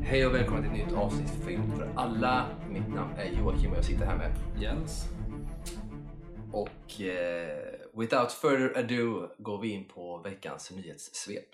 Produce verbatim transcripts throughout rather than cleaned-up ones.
Hej och välkommen till ett nytt avsnitt för Film för alla. Mitt namn är Joakim och jag sitter här med Jens. Och eh, without further ado går vi in på veckans nyhetssvep.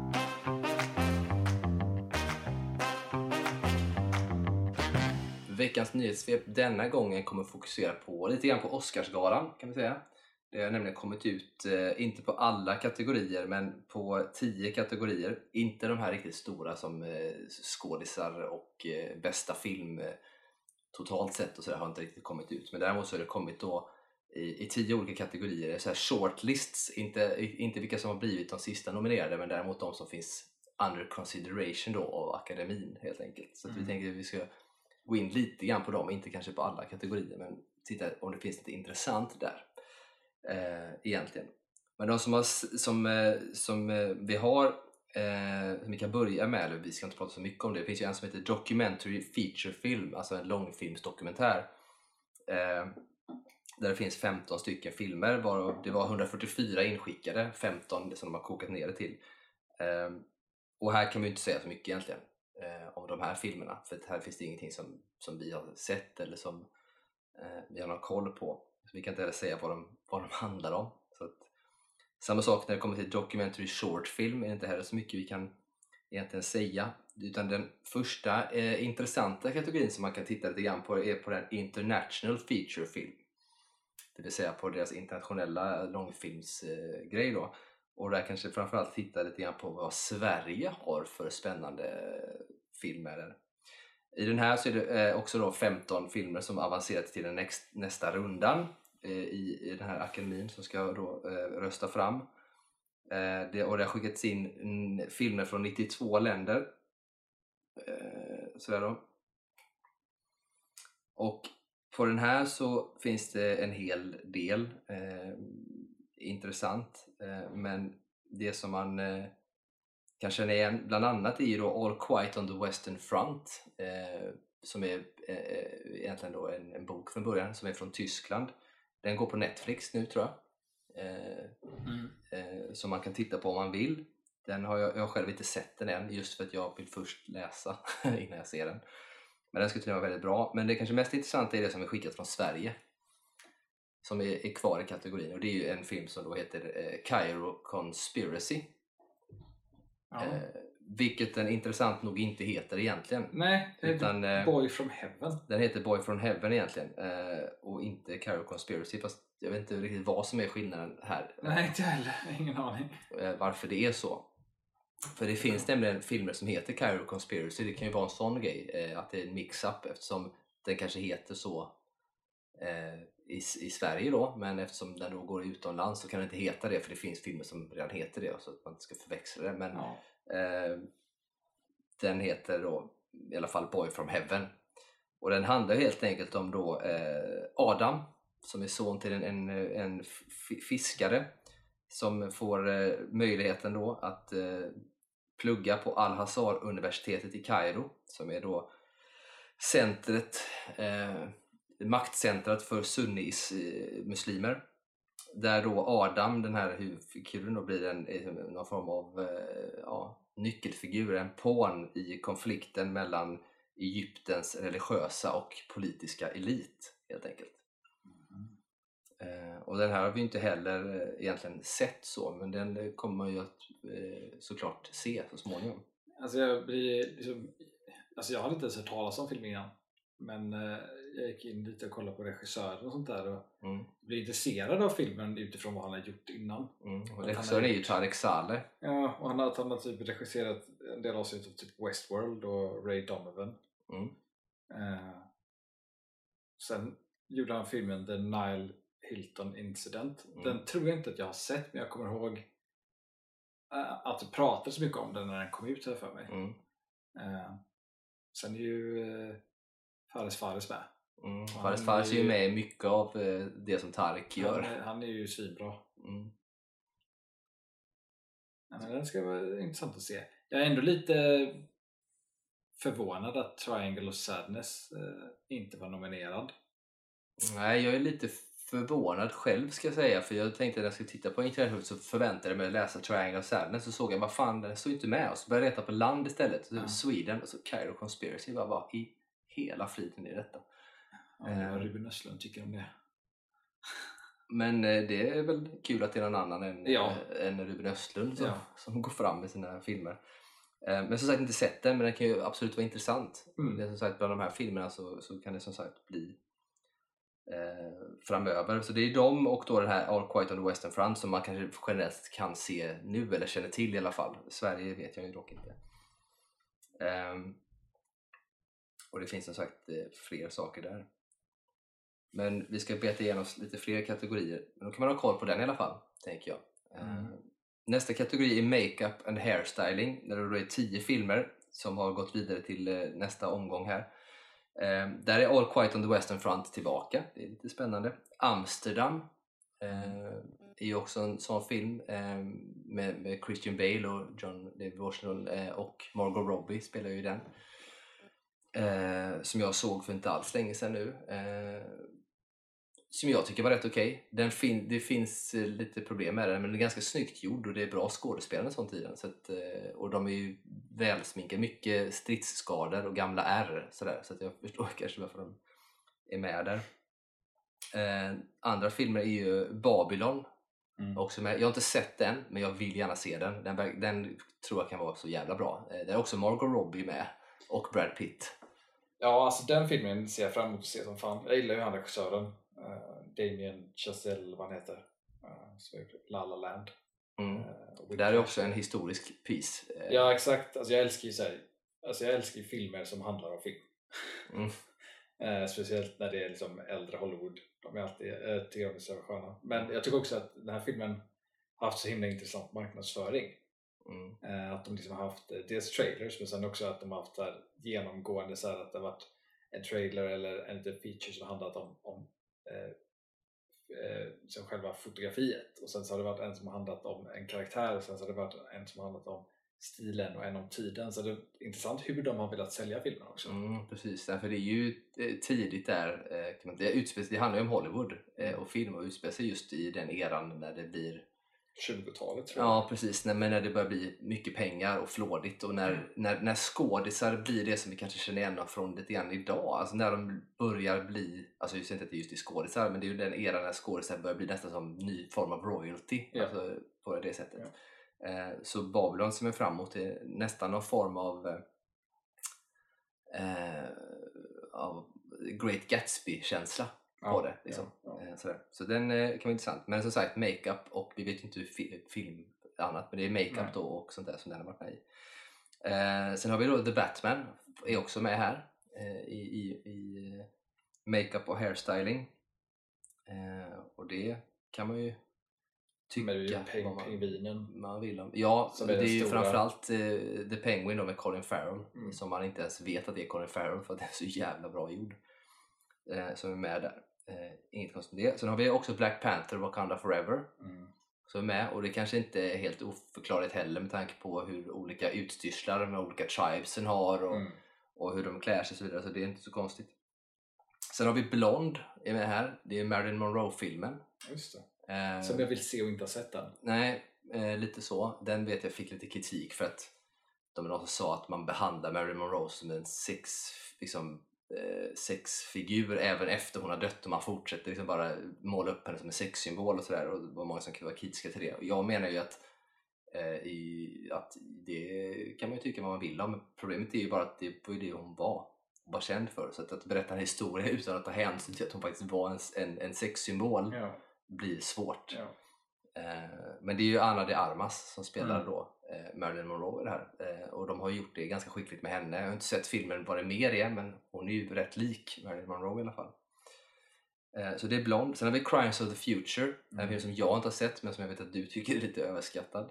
Veckans nyhetssvep denna gången kommer fokusera på lite grann på Oscarsgalan kan man säga. Det har nämligen kommit ut, eh, inte på alla kategorier men på tio kategorier. Inte de här riktigt stora som eh, skådisar och eh, bästa film eh, totalt sett och så där har inte riktigt kommit ut. Men däremot så har det kommit då i, i tio olika kategorier, så här shortlists. Inte, inte vilka som har blivit de sista nominerade men däremot de som finns under consideration då av akademin helt enkelt. Så att vi Mm. tänkte att vi ska gå in lite grann på dem, inte kanske på alla kategorier men titta om det finns något intressant där. Eh, egentligen. Men de som, har, som, eh, som eh, vi har eh, som vi kan börja med, eller vi ska inte prata så mycket om det, det finns ju en som heter Documentary Feature Film, alltså en långfilmsdokumentär eh, där det finns femton stycken filmer, varav det var hundrafyrtiofyra inskickade, femton som de har kokat ner det till. eh, och här kan vi inte säga så mycket egentligen eh, om de här filmerna, för här finns det ingenting som, som vi har sett eller som eh, vi har någon koll på. Så vi kan inte heller säga vad de, vad de handlar om. Så att, samma sak när det kommer till documentary short film är det inte heller så mycket vi kan egentligen säga. Utan den första eh, intressanta kategorin som man kan titta lite grann på är på den international feature film. Det vill säga på deras internationella långfilmsgrej eh, då. Och där kanske framförallt titta lite grann på vad Sverige har för spännande filmer. I den här så är det också då femton filmer som avancerat till den näst, nästa rundan i, i den här akademin som ska då eh, rösta fram. Eh, det, och det har skickats in filmer från nittiotvå länder. Eh, sådär då. Och på den här så finns det en hel del eh, intressant. Eh, men det som man eh, kan känna igen bland annat är ju då All Quiet on the Western Front eh, som är eh, egentligen då en, en bok från början som är från Tyskland. Den går på Netflix nu tror jag. Eh, mm. eh, som man kan titta på om man vill. Den har jag, jag har själv inte sett den än just för att jag vill först läsa innan jag ser den. Men den skulle tydligen vara väldigt bra. Men det kanske mest intressanta är det som är skickat från Sverige. Som är, är kvar i kategorin. Och det är ju en film som då heter eh, Cairo Conspiracy. Ja. Eh, vilket den intressant nog inte heter egentligen. Nej, det utan, heter Boy from Heaven. Den heter Boy from Heaven egentligen. Eh, och inte Cairo Conspiracy. Fast jag vet inte riktigt vad som är skillnaden här. Nej, inte heller. Ingen aning. Eh, varför det är så. För det finns nämligen filmer som heter Cairo Conspiracy. Det kan ju vara en sån grej. Eh, att det är en mix-up eftersom den kanske heter så eh, i, i Sverige då. Men eftersom den då går utomlands så kan det inte heta det. För det finns filmer som redan heter det. Så att man inte ska förväxla det. Men ja. eh, den heter då i alla fall Boy from Heaven. Och den handlar helt enkelt om då eh, Adam. Som är son till en, en, en fiskare. Som får eh, möjligheten då att eh, plugga på Al-Azhar-universitetet i Kairo. Som är då centret, eh, maktcentret för sunnis-muslimer. Där då Adam, den här huvudfiguren, då blir en, någon form av eh, ja, nyckelfigur, en pawn i konflikten mellan Egyptens religiösa och politiska elit helt enkelt. Eh, och den här har vi inte heller eh, egentligen sett så, men den kommer man ju att eh, såklart se så småningom. Alltså jag blir liksom, alltså jag hade inte ens hört talas om filmen innan, men eh, jag gick in lite och kollade på regissören och sånt där och mm. blev intresserad av filmen utifrån vad han har gjort innan. Mm. Och regissören är ju Tarek Saleh. Ja, och han har, han har typ regisserat en del avsnitt av typ Westworld och Ray Donovan. Mm. Eh, sen gjorde han filmen The Nile Hilton Incident. Mm. Den tror jag inte att jag har sett, men jag kommer ihåg uh, att du pratade så mycket om den när den kom ut här för mig. Mm. Uh, sen är ju uh, Fares Fares med. Mm. Fares Fares är ju med i mycket av uh, det som Tarek gör. Han är, han är ju svinbra. Mm. Ja, men den ska vara intressant att se. Jag är ändå lite förvånad att Triangle of Sadness uh, inte var nominerad. Nej, jag är lite förvånad själv ska jag säga, för jag tänkte när jag skulle titta på Incredible så förväntade jag mig att läsa Triangle of Sadness, så såg jag vad fan, den står inte med, och så började jag leta på land istället, så Ja. Sweden och så Cairo Conspiracy, bara, vad i hela friden är detta? Ja, det var Ruben Östlund tycker om det. Men det är väl kul att det är någon annan än, ja. än Ruben Östlund som, ja. som går fram med sina filmer. Men som sagt inte sett den, men den kan ju absolut vara intressant. Mm. Det är som sagt bland de här filmerna så, så kan det som sagt bli eh, framöver. Så det är de och då den här All Quiet on the Western Front som man kanske generellt kan se nu eller känner till i alla fall. Sverige vet jag ju dock inte. Um, och det finns som sagt eh, fler saker där. Men vi ska beta igenom lite fler kategorier. Men då kan man ha koll på den i alla fall, tänker jag. Mm. Uh, nästa kategori är Makeup and Hairstyling. Där det då är tio filmer som har gått vidare till uh, nästa omgång här. Uh, där är All Quiet on the Western Front tillbaka. Det är lite spännande. Amsterdam uh, är ju också en sån film uh, med, med Christian Bale och John David Washington uh, och Margot Robbie spelar ju den. Uh, som jag såg för inte alls länge sedan nu. Uh, som jag tycker var rätt okej. Okay. Den fin- det finns uh, lite problem med den, men den är ganska snyggt gjord och det är bra skådespelare sånt i den. Så att, uh, och de är ju välsminkade, mycket stridsskador och gamla ärr sådär. Så att jag förstår kanske varför de är med där. Uh, andra filmer är ju Babylon. Mm. Också med. Jag har inte sett den, men jag vill gärna se den. Den, den tror jag kan vara så jävla bra. Uh, det är också Margot Robbie med och Brad Pitt. Ja, alltså den filmen ser jag fram emot att se som fan. Jag gillar ju han regissören, uh, Damien Chazelle, vad han heter, uh, som är La La Land. Mm. Uh, det här är också en historisk piece. Uh, ja, exakt. Alltså jag älskar ju så här, alltså jag älskar ju filmer som handlar om film. Mm. uh, speciellt när det är liksom äldre Hollywood. De är alltid, uh, tycker de är så sköna. Men jag tycker också att den här filmen har haft så himla intressant marknadsföring. Mm. Uh, att de liksom har haft uh, dels trailers, men sen också att de har haft där genomgående så här, att det har varit en trailer eller en liten feature som handlat om, om uh, uh, som själva fotografiet, och sen så har det varit en som har handlat om en karaktär, och sen så har det varit en som har handlat om stilen och en om tiden. Så det är intressant hur de har velat sälja filmen också. Mm, precis, för det är ju tidigt där, kan man, det, utspelar, det handlar ju om Hollywood och film, och utspelar sig just i den eran när det blir tjugotalet tror jag. Ja, precis. Men när det börjar bli mycket pengar och flådigt, och när, mm. när, när skådisar blir det som vi kanske känner igen från lite grann idag. Alltså när de börjar bli, alltså jag säger inte att det är just i skådisar, men det är ju den eran när skådisar börjar bli nästan som ny form av royalty. Ja. Alltså på det sättet. Ja. Eh, så Babylon som är framåt är nästan någon form av eh, av Great Gatsby-känsla. På ja, det, liksom. ja, ja. Sådär. Så den kan vara intressant. Men som sagt, makeup, och vi vet inte hur fi- film annat, men det är makeup mm. då och sånt där som den har varit med i. Eh, sen har vi då The Batman, är också med här eh, i, i, i makeup och hairstyling. Eh, och det kan man ju tycka men det är ju peng- pingvinen man vill om. Ja, det är, är ju stora... framförallt eh, The Penguin då med Colin Farrell, mm. som man inte ens vet att det är Colin Farrell för att det är så jävla bra gjord. Eh, som är med där. Eh, inget konstigt med det. Sen har vi också Black Panther, Wakanda Forever, mm. som är med, och det kanske inte är helt oförklarligt heller med tanke på hur olika utstyrslar med olika tribesen har och, mm. och hur de klär sig och så vidare, så det är inte så konstigt. Sen har vi Blonde är med här, det är Marilyn Monroe-filmen. Just det. Eh, som jag vill se och inte ha sett den. Nej, eh, lite så. Den vet jag fick lite kritik för att de är någon som sa att man behandlar Marilyn Monroe som en sex, liksom sexfigur även efter hon har dött, och man fortsätter liksom bara måla upp henne som en sexsymbol och sådär, och det var många som kunde vara kritiska till det. Och jag menar ju att, eh, i, att det kan man ju tycka vad man vill om, men problemet är ju bara att det var ju det hon var var känd för, så att, att berätta en historia utan att ta hänsyn till att hon faktiskt var en, en, en sexsymbol ja. blir svårt. Ja. Eh, men det är ju Ana de Armas som spelar mm. då eh, Marilyn Monroe i det här, eh, och de har gjort det ganska skickligt med henne. Jag har inte sett filmen vad det mer är, men hon är ju rätt lik Marilyn Monroe i alla fall. Eh, så det är Blonde. Sen har vi Crimes of the Future, mm. en film som jag inte har sett men som jag vet att du tycker är lite överskattad.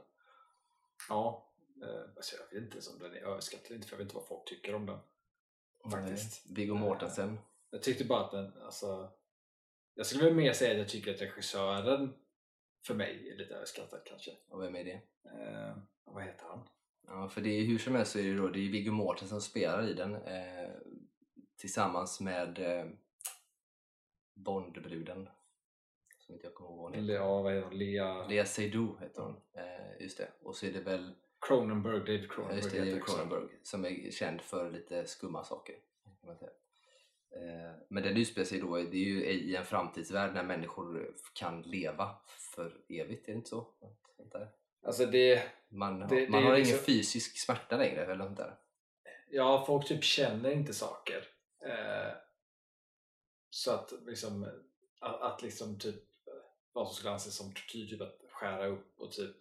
Ja, eh, alltså jag vet inte om den är överskattad, inte för jag vet inte vad folk tycker om den faktiskt. Nej, Viggo Mortensen. Eh, jag tyckte bara att den, alltså, jag skulle väl mer säga att jag tycker att regissören för mig är lite överskattad kanske. Och vem är det? Eh, vad heter han? Ja, för det är hur som helst så är det då, det är Viggo Mortensen som spelar i den eh, tillsammans med eh, Bondbruden. som inte jag kommer ihåg. Le, ja, vad heter hon? Lea... Lea Seydoux heter hon. Eh, just det. Och så är det väl Cronenberg, David Cronenberg. Just det, David Cronenberg som är känd för lite skumma saker. Kan man säga. Eh, men den utspelar sig då, det är ju i en framtidsvärld när människor kan leva för evigt, är det inte så? Där. Alltså det, man det, man det har liksom, ingen fysisk smärta längre eller något där. Ja, folk typ känner inte saker. Eh, så att liksom att, att liksom typ vad som skulle anses som tortyr, typ att skära upp och typ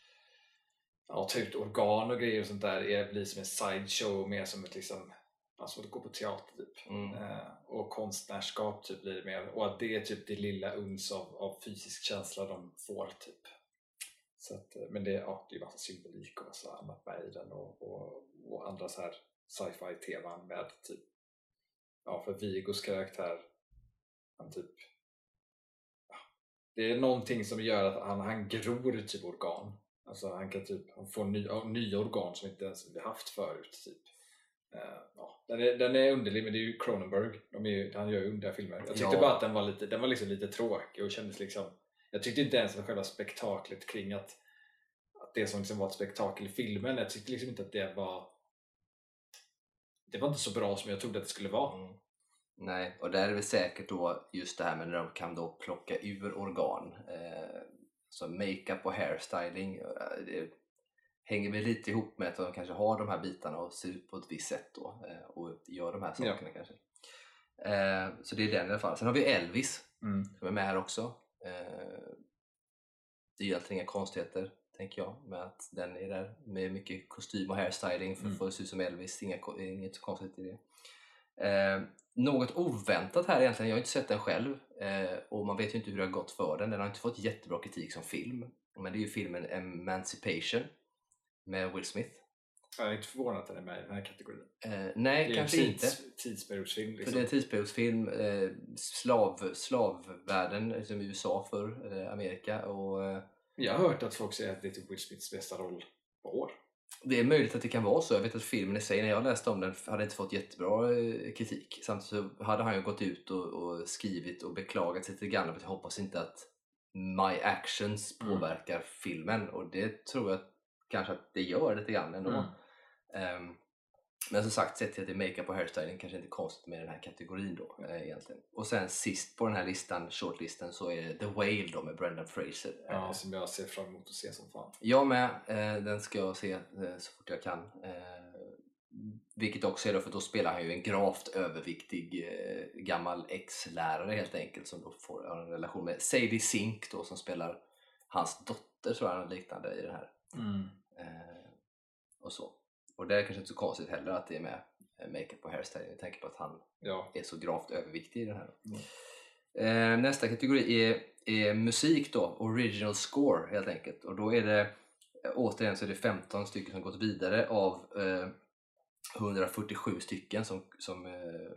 ja, ta ut organ och grejer och sånt där är, blir som en sideshow, mer som ett liksom alltså att gå på teater typ. Mm. Eh, och konstnärskap typ blir det mer, och att det är typ det lilla uns av, av fysisk känsla de får typ. Så att, men det, ja, det är massa symbolik och så annat med i den och, och, och andra så här sci-fi teman med typ ja, för Vigos karaktär han typ ja, det är någonting som gör att han, han gror typ organ, alltså han kan typ han får ny, nya organ som inte ens vi haft förut typ. Uh, ja, den, är, den är underlig, men det är ju Cronenberg, de är ju, han gör ju underliga filmer. Jag tyckte ja. bara att den var lite, den var liksom lite tråkig och kändes liksom, jag tyckte inte ens att själva spektaklet kring att, att det som liksom var ett spektakel i filmen, jag tyckte liksom inte att det var det var inte så bra som jag trodde att det skulle vara. Mm. Nej, och där är det säkert då just det här med när de kan då plocka ur organ, eh, så makeup och hairstyling, det hänger väl lite ihop med att de kanske har de här bitarna och ser ut på ett visst sätt då, eh, och gör de här sakerna ja. kanske. Eh, så det är den i alla fall. Sen har vi Elvis mm. som är med här också. Eh, det är ju egentligen inga konstigheter, tänker jag, med att den är där med mycket kostym och hairstyling för att mm. få se ut som Elvis. Inga, inget konstigt i det. Eh, något oväntat här egentligen, jag har inte sett den själv eh, och man vet ju inte hur det har gått för den. Den har inte fått jättebra kritik som film, men det är ju filmen Emancipation med Will Smith. Jag är inte förvånad att den är med i den här kategorin. Eh, nej, kanske tids, inte. Tidsperiodsfilm. Liksom. För det är en tidsperiodsfilm. Eh, slav, slavvärlden, liksom U S A för eller Amerika. Och, eh, jag har hört att folk säger att det är typ Will Smiths bästa roll på år. Det är möjligt att det kan vara så. Jag vet att filmen i sig, när jag läste om den, hade inte fått jättebra eh, kritik. Samtidigt så hade han ju gått ut och, och skrivit och beklagat sig till grann. Jag hoppas inte att my actions påverkar mm. filmen. Och det tror jag kanske att det gör lite grann ändå. Mm. Um, men som sagt, sett till att det är makeup och hairstyling kanske inte konstigt med den här kategorin då eh, egentligen. Och sen sist på den här listan, shortlisten, så är det The Whale då med Brendan Fraser. Ja, som jag ser fram emot att se som fan. Jag med, eh, den ska jag se eh, så fort jag kan. Eh, vilket också är då, för då spelar han ju en gravt överviktig eh, gammal ex-lärare helt enkelt, som då får en relation med Sadie Sink då, som spelar hans dotter, tror jag, liknande i den här. Mm. Eh, och så. Och det är kanske inte så konstigt heller att det är med makeup och hairstyling. Jag tänker på att han ja. är så gravt överviktig i den här. Mm. Eh, nästa kategori är, är musik då, original score helt enkelt. Och då är det, återigen så är det femton stycken som gått vidare av eh, hundrafyrtiosju stycken som, som eh,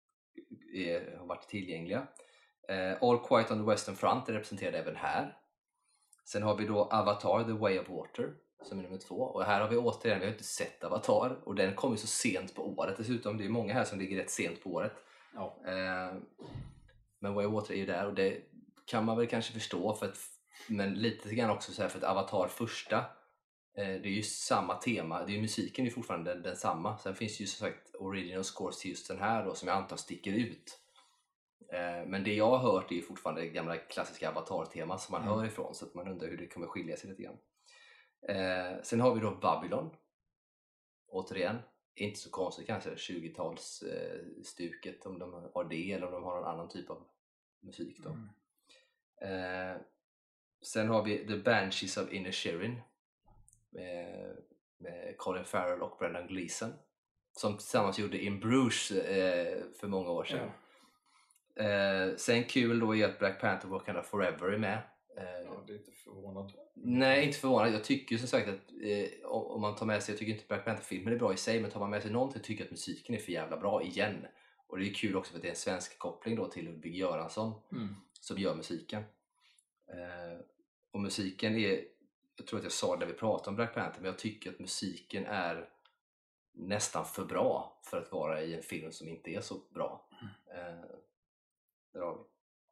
är, har varit tillgängliga. Eh, All Quiet on the Western Front är representerad även här. Sen har vi då Avatar, The Way of Water, som är nummer två. Och här har vi återigen, vi har inte sett Avatar. Och den kom ju så sent på året dessutom. Det är många här som ligger rätt sent på året. Ja. Eh, men Way of Water är ju där. Och det kan man väl kanske förstå. För att, men lite grann också så här, för att Avatar första, eh, det är ju samma tema. Det är ju, musiken är ju fortfarande den, den samma. Sen finns det ju som sagt original scores till just den här då, som jag antar sticker ut. Eh, men det jag har hört är ju fortfarande det gamla klassiska Avatar-tema som man mm. hör ifrån. Så att man undrar hur det kommer skilja sig lite grann. Eh, sen har vi då Babylon. Återigen, inte så konstigt kanske, tjugotalsstuket eh, stuket, om de har det eller om de har någon annan typ av musik då. Mm. Eh, sen har vi The Banshees of Inisherin med, med Colin Farrell och Brendan Gleeson, som tillsammans gjorde In Bruges eh, för många år sedan. Ja. Eh, sen kul då är att Black Panther Wakanda Forever är med. Ja, det är inte förvånad. Nej, inte förvånad. Jag tycker som sagt att eh, om man tar med sig, jag tycker inte Black Panther-filmen är bra i sig, men tar man med sig någonting, tycker jag att musiken är för jävla bra igen. Och det är kul också för att det är en svensk koppling då till Ludvig Göransson mm. som gör musiken. Eh, och musiken är, jag tror att jag sa det när vi pratade om Black Panther, men jag tycker att musiken är nästan för bra för att vara i en film som inte är så bra. Mm. Eh, där har vi.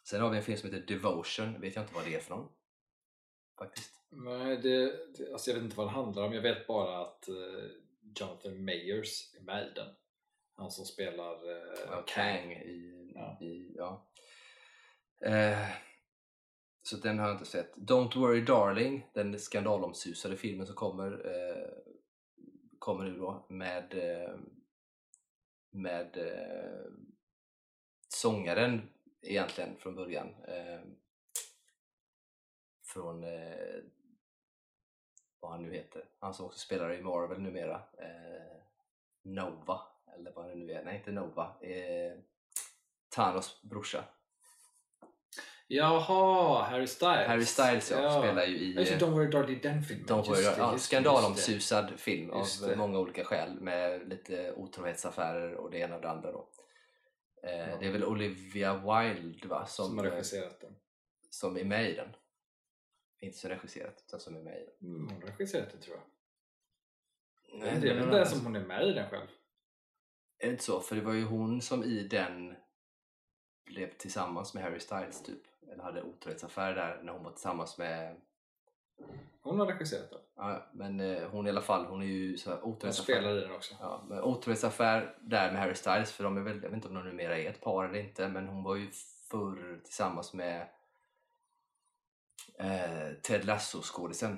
Sen har vi en film som heter Devotion, vet jag inte vad det är för någon faktiskt. Nej, det, det, alltså jag vet inte vad det handlar om, jag vet bara att uh, Jonathan Majors är med i den. Han som spelar uh, ja, Kang i... Ja. i ja. Eh, så den har jag inte sett. Don't Worry Darling, den skandalomsusade filmen som kommer eh, kommer nu då med eh, med eh, sångaren egentligen från början eh, från eh, vad han nu heter, han som också spelar i Marvel numera, eh, Nova eller vad det nu är, nej inte Nova, eh, Thanos brorsa. Jaha, Harry Styles. Harry Styles ja, ja. spelar ju i Just, Don't Worry Darling, den filmen. Don't Worry, just det, ja, just skandalomsusad just film just av det. många olika skäl med lite otrohetsaffärer och det ena och det andra då. Eh, ja. Det är väl Olivia Wilde va? Som, som har regisserat den. Som är med i den. Inte så regisserat, utan som är med i den. Mm, hon har regisserat den tror jag. Nej, det är väl det som hon är med i den själv. Är det inte så? För det var ju hon som i den blev tillsammans med Harry Styles typ. Eller hade otrohetsaffär där när hon var tillsammans med... Hon har regisserat den. Ja, men eh, hon i alla fall, hon är ju så här otrohetsaffär. Hon spelar i den också. Ja, men otrohetsaffär där med Harry Styles, för de är väl, jag vet inte om de numera är ett par eller inte, men hon var ju förr tillsammans med eh, Ted Lasso-skådisen.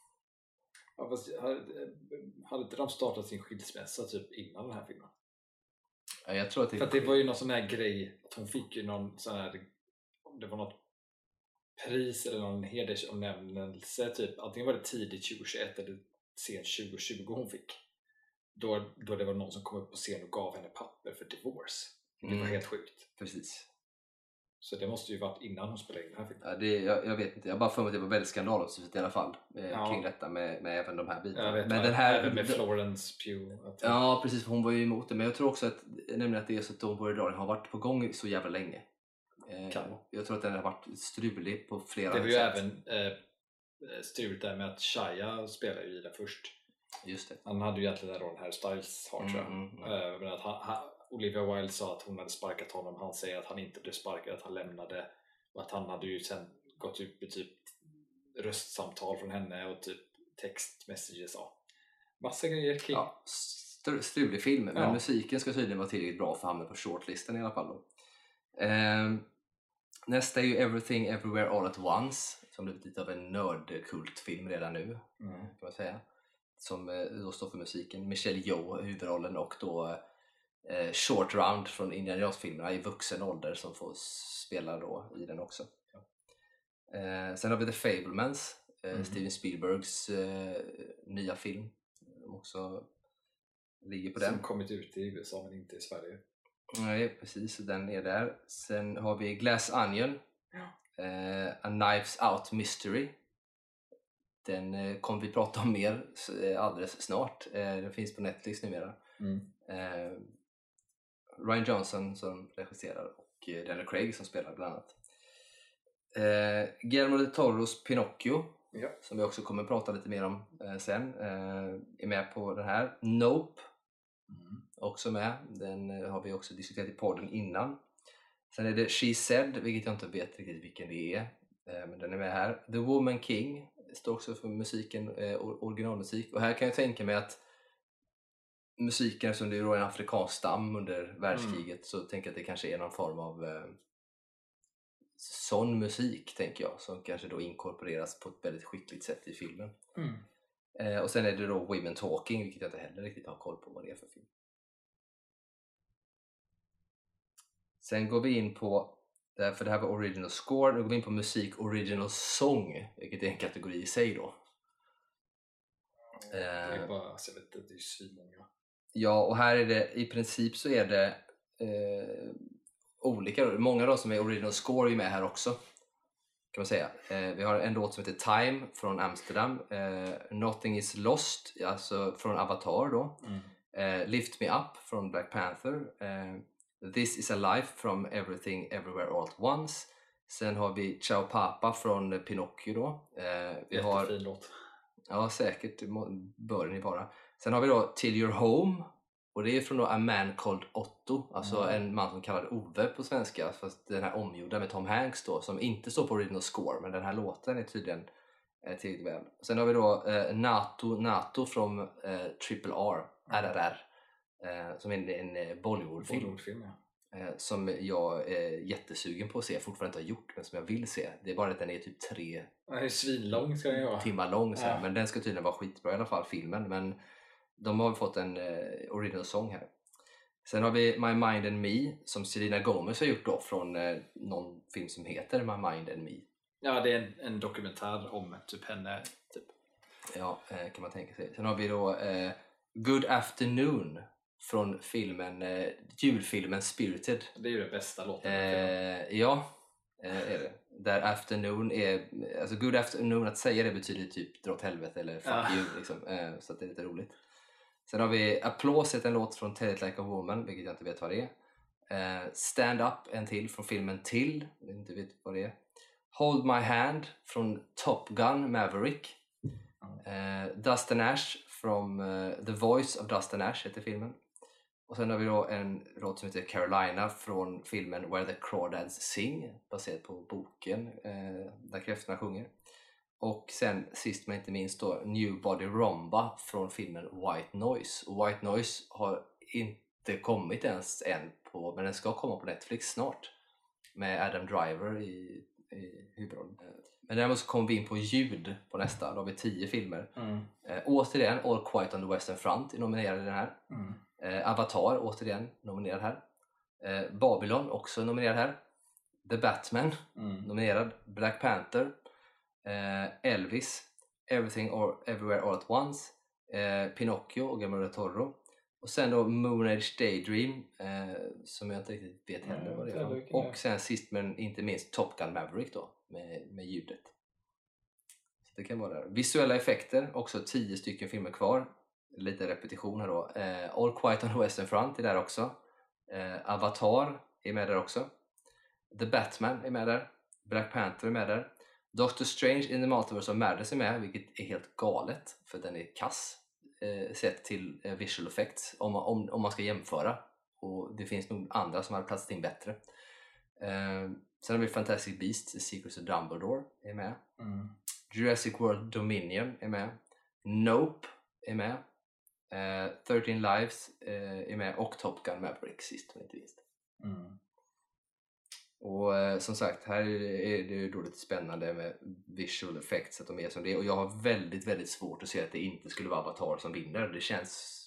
Ja, fast hade, hade inte de startat sin skilsmässa typ innan den här filmen? Ja, jag tror att det... För att det var ju någon sån här grej att hon fick ju någon sån här, om det var något pris eller någon hedersomnämnelse typ, antingen var det tidigt tjugohundratjugoett eller sent tjugohundratjugo hon fick, då, då det var någon som kom upp på scen och gav henne papper för divorce. Det var Mm. helt sjukt. Precis. Så det måste ju varit innan hon spelade in den här filmen. Ja, det, jag, jag vet inte, jag bara för mig att det var väldigt skandalomsusat i alla fall eh, Ja. kring detta med, med även de här bitarna. Jag vet, men men den här, även med Florence Pugh. Att ja precis, hon var ju emot det, men jag tror också att, nämligen att det är så att Don't Worry Darling har varit på gång så jävla länge. Eh, Kan. jag tror att den har varit strulig på flera det var ju sätt. även eh, struligt där med att Shia spelar ju i den först. Just det. Han hade ju egentligen den rollen Harry Styles har, tror jag. Mm, mm, Eh, men att han, han, Olivia Wilde sa att hon hade sparkat honom. Han säger att han inte blev sparkad, att han lämnade. Och att han hade ju sen gått ut med typ röstsamtal från henne och typ textmessages. Ja. Massa grejer kring. Ja, stru- strulig film, men Ja. musiken ska tydligen vara tillräckligt bra för att hamna på shortlisten i alla fall då. Eh, nästa är ju Everything Everywhere All At Once, som blivit lite av en nördkultfilm redan nu, Mm. kan man säga. Som eh, då står för musiken. Michelle Yeoh huvudrollen och då eh, Short Round från Indiana Jones-filmerna i vuxen ålder som får spela då i den också. Eh, sen har vi The Fablemans, eh, Mm. Steven Spielbergs eh, nya film. De också ligger på Som den. kommit ut i U S A men inte i Sverige. Nej, precis, den är där. Sen har vi Glass Onion, Ja. eh, A Knives Out Mystery. Den eh, kommer vi prata om mer eh, alldeles snart. Eh, den finns på Netflix numera. Mm. Eh, Ryan Johnson som regisserar och eh, Daniel Craig som spelar bland annat. Eh, Guillermo del Toros Pinocchio, Ja. som vi också kommer prata lite mer om eh, sen, eh, är med på den här. Nope, Mm. också med. Den eh, har vi också diskuterat i podden innan. Sen är det She Said, vilket jag inte vet riktigt vilken det är, eh, men den är med här. The Woman King står också för musiken, eh, originalmusik. Och här kan jag tänka mig att musiken, som det är en afrikansk stam under världskriget, mm. så tänker jag att det kanske är någon form av eh, sån musik, tänker jag, som kanske då inkorporeras på ett väldigt skickligt sätt i filmen. Mm. Eh, och sen är det då Women Talking, vilket jag inte heller riktigt har koll på vad det är för film. Sen går vi in på, för det här var original score, nu går vi in på musik original song, vilket är en kategori i sig då. Det är bara, alltså, jag vet inte, det är svinmånga. Ja, och här är det, i princip så är det eh, olika, många då som är original score är med här också, kan man säga. Eh, vi har en låt som heter Time från Amsterdam, eh, Nothing is lost, alltså från Avatar då, mm. eh, Lift Me Up från Black Panther, eh, This is a Life from Everything Everywhere All At Once. Sen har vi Ciao Papa från Pinocchio då. Eh, vi Jättefin har, låt. ja, säkert bör den ju vara. Sen har vi då Till Your Home Och det är från då A Man Called Otto, alltså mm. en man som kallar Ove på svenska, fast den här omgjorda med Tom Hanks då, som inte står på original score, men den här låten är tydligen eh, tillräckligt väl. Sen har vi då eh, Nato Nato från eh, Triple R, R R R, eh, som är en, en eh, Bollywoodfilm. Bollywoodfilm, ja. Eh, som jag är jättesugen på att se, fortfarande inte har gjort, men som jag vill se. Det är bara att den är typ tre Den är svinlång ska den vara. timmar lång, så här. Ja. Men den ska tydligen vara skitbra i alla fall, filmen. Men de har fått en eh, original song här. Sen har vi My Mind and Me som Selena Gomez har gjort då, från eh, någon film som heter My Mind and Me. Ja, det är en, en dokumentär om typ henne. Typ. Ja, eh, kan man tänka sig. Sen har vi då eh, Good Afternoon från filmen, eh, julfilmen Spirited. Det är ju den bästa låten. Eh, ja, eh, är det. Där afternoon är, alltså good afternoon, att säga det betyder typ dra åt helvete eller fuck Ja. you liksom. eh, Så att det är lite roligt. Sen har vi Applause, en låt från Tell It Like a Woman, vilket jag inte vet vad det är. eh, Stand Up, en till från filmen Till, jag inte vet vad det är. Hold My Hand från Top Gun Maverick. eh, Dust and Ash från uh, The Voice of Dust and Ash heter filmen. Och sen har vi då en låt som heter Carolina från filmen Where the Crawdads Sing, baserad på boken eh, där kräftorna sjunger. Och sen sist men inte minst då New Body Romba från filmen White Noise. Och White Noise har inte kommit ens än på, men den ska komma på Netflix snart med Adam Driver i, i huvudrollen. Men däremot så kommer vi in på ljud på nästa. Då har vi tio filmer. Mm. Eh, återigen All Quiet on the Western Front är nominerad i den här. Mm. Eh, Avatar återigen nominerad här. Eh, Babylon också nominerad här. The Batman Mm. nominerad. Black Panther. Eh, Elvis. Everything or Everywhere All at Once. Eh, Pinocchio och Guillermo del Toro. Och sen då Moon Age Daydream eh, som jag inte riktigt vet heller Mm, vad det det är. är Och sen sist men inte minst Top Gun Maverick då med, med ljudet. Så det kan vara där. Visuella effekter, också tio stycken filmer kvar. Lite repetition här då. Eh, All Quiet on the Western Front är där också. Eh, Avatar är med där också. The Batman är med där. Black Panther är med där. Doctor Strange in the Multiverse of Madness är med, vilket är helt galet för den är kass eh, sett till eh, visual effects om, om, om man ska jämföra. Och det finns nog andra som har platsat in bättre. Eh, sen har vi Fantastic Beasts, The Secrets of Dumbledore är med. Mm. Jurassic World Dominion är med. Nope är med. Uh, thirteen Lives uh, är med och Top Gun Maverick sist men inte minst. Mm. Och uh, som sagt, här är det ju då lite spännande med visual effects att de är som det är. Och jag har väldigt väldigt svårt att se att det inte skulle vara Avatar som vinner. Det känns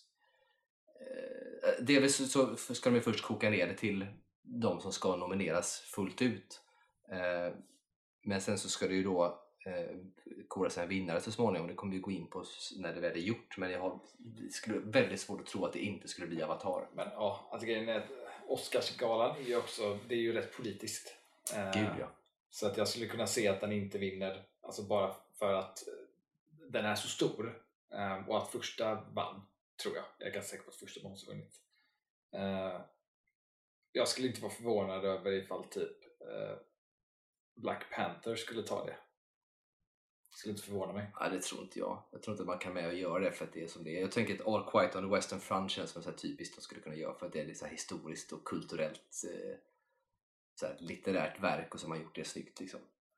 uh, delvis så ska de ju först koka ner det till de som ska nomineras fullt ut. Uh, men sen så ska det ju då Eh, koras en vinnare så småningom. Det kommer vi gå in på när det väl är gjort, men jag har skulle, väldigt svårt att tro att det inte skulle bli Avatar. Men ja, alltså grejen är att Oscarsgalan är ju också, det är ju rätt politiskt. Eh, Gud ja. Så att jag skulle kunna se att den inte vinner, alltså bara för att den är så stor eh, och att första vann, tror jag. Jag är ganska säker på att första måste ha vunnit. Eh, jag skulle inte vara förvånad över ifall typ eh, Black Panther skulle ta det. Skulle inte förvåna mig. Ja, det tror inte jag. Jag tror inte man kan med och göra det för att det är som det är. Jag tänker att All Quiet on the Western Front känns som så här typiskt de skulle kunna göra för att det är så här historiskt och kulturellt eh, så här litterärt verk och som har gjort det snyggt liksom.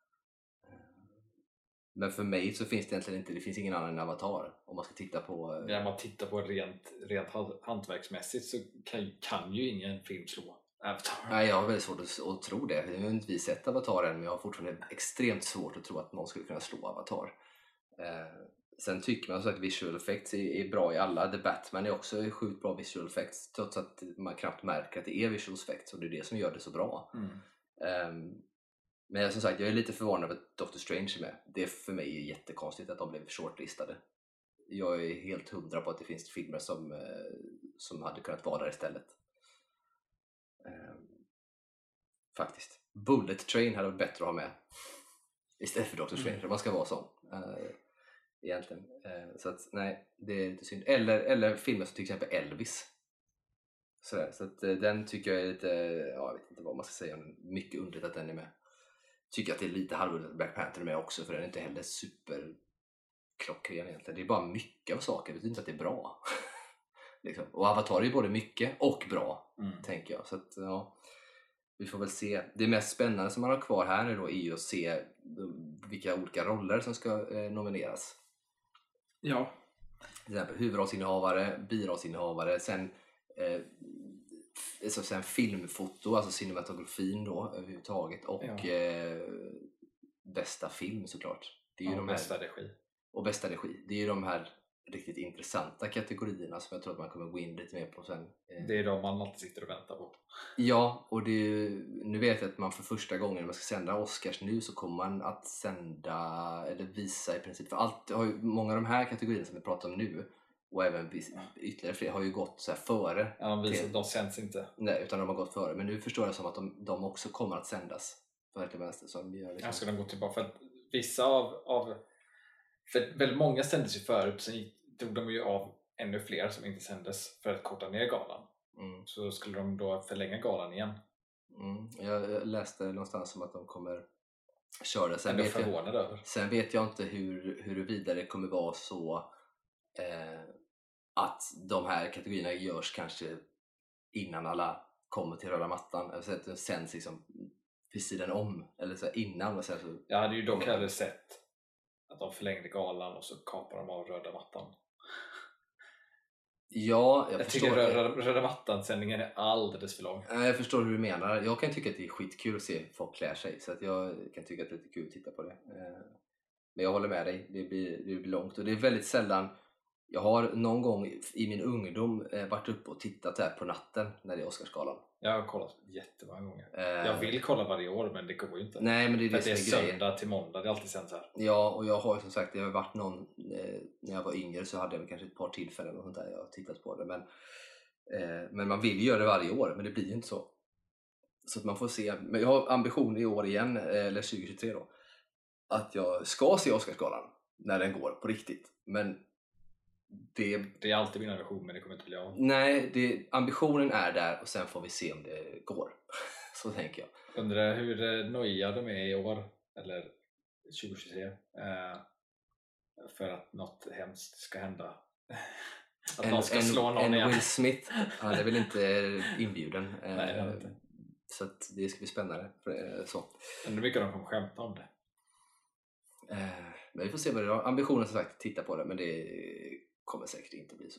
Men för mig så finns det egentligen inte, det finns ingen annan än Avatar om man ska titta på... Eh... När man tittar på rent, rent hantverksmässigt så kan, kan ju ingen film slå Avatar. Nej, jag har väldigt svårt att, att tro det. Jag har inte vi sett Avatar än, men jag har fortfarande extremt svårt att tro att någon skulle kunna slå Avatar. Eh, sen tycker man så att visual effects är, är bra i alla. The Batman är också sjukt bra visual effects, trots att man knappt märker att det är visual effects och det är det som gör det så bra. Mm. Eh, men som sagt, jag är lite förvånad över att Doctor Strange är med. Det är för mig är jättekonstigt att de blev shortlistade. Jag är helt hundra på att det finns filmer som, eh, som hade kunnat vara där istället. Um, faktiskt Bullet Train hade varit bättre att ha med istället för Doctor Strange. Mm. Man ska vara sån uh, egentligen. Uh, så att nej, det är lite synd. Eller, eller filmer som till exempel Elvis. Sådär. Så att uh, den tycker jag är lite, ja, jag vet inte vad man ska säga. Mycket underligt att den är med. Tycker att det är lite halvunderligt att Black Panther är med också, för den är inte heller super klockren egentligen. Det är bara mycket av saker, det betyder inte att det är bra. Liksom. Och Avatar är ju både mycket och bra, mm. tänker jag. Så att, ja, vi får väl se. Det mest spännande som man har kvar här är då är ju att se vilka olika roller som ska eh, nomineras. Ja. Till exempel huvudrollsinnehavare, birollsinnehavare, sen, eh, alltså sen filmfoto, alltså cinematografin då överhuvudtaget, och ja. eh, bästa film såklart. Det är ju ja, de här, bästa regi. Och bästa regi. Det är ju de här riktigt intressanta kategorierna som jag tror att man kommer gå in lite mer på sen. Det är de man alltid sitter och väntar på. Ja, och det är, nu vet jag att man för första gången när man ska sända Oscars nu så kommer man att sända eller visa i princip, för allt har ju, många av de här kategorierna som vi pratar om nu och även ytterligare fler har ju gått så här före. Ja, de, visar, de sänds inte. Nej, utan de har gått före, men nu förstår jag som att de, de också kommer att sändas på höger vänster. Så de gör liksom. Jag ska de gå tillbaka, för att vissa av, av för väldigt många sändes ju förut, sen tog de ju av ännu fler som inte sändes för att korta ner galan. Mm. Så skulle de då förlänga galan igen. Mm. Jag läste någonstans om att de kommer köra. Sen, vet vet jag, över. sen vet jag inte hur, huruvida det kommer vara så eh, att de här kategorierna görs kanske innan alla kommer till röda mattan. Alltså att det sänds liksom vid sidan om. Eller så innan. Och sen så, jag hade ju dock hellre sett att de förlängde galan och så kapar de av röda mattan. Ja, jag, jag förstår tycker röda, röda mattan-sändningen är alldeles för lång. Jag förstår hur du menar. Jag kan tycka att det är skitkul att se folk klä sig. Så att jag kan tycka att det är lite kul att titta på det. Men jag håller med dig. Det blir, det blir långt. Och det är väldigt sällan. Jag har någon gång i min ungdom varit uppe och tittat här på natten när det är Oscarsgalan. Jag har kollat jättemånga gånger. Uh, jag vill kolla varje år, men det går ju inte. Nej, men det är det, det är söndag till måndag. Det är alltid sen så här. Ja, och jag har som sagt, det har varit någon eh, när jag var yngre så hade jag kanske ett par tillfällen och sånt där jag har tittat på det. Men, eh, men man vill ju göra det varje år, men det blir ju inte så. Så att man får se. Men jag har ambition i år igen, eller tjugohundratjugotre då, att jag ska se Oscarsgalan när den går på riktigt. Men det, det är alltid min ambition, men det kommer inte bli av. Nej, det, ambitionen är där och sen får vi se om det går. Så tänker jag. Undrar hur noja de är i år, eller tjugohundratjugotre, eh, för att något hemskt ska hända. Att en, någon ska en, slå någon en igen. Will Smith, han är väl inte inbjuden. Nej, det är inte. Så att det ska bli spännande. Så. Undrar mycket de kommer skämta om det. Men vi får se vad det är. Ambitionen som sagt, titta på det, men det kommer säkert inte bli så.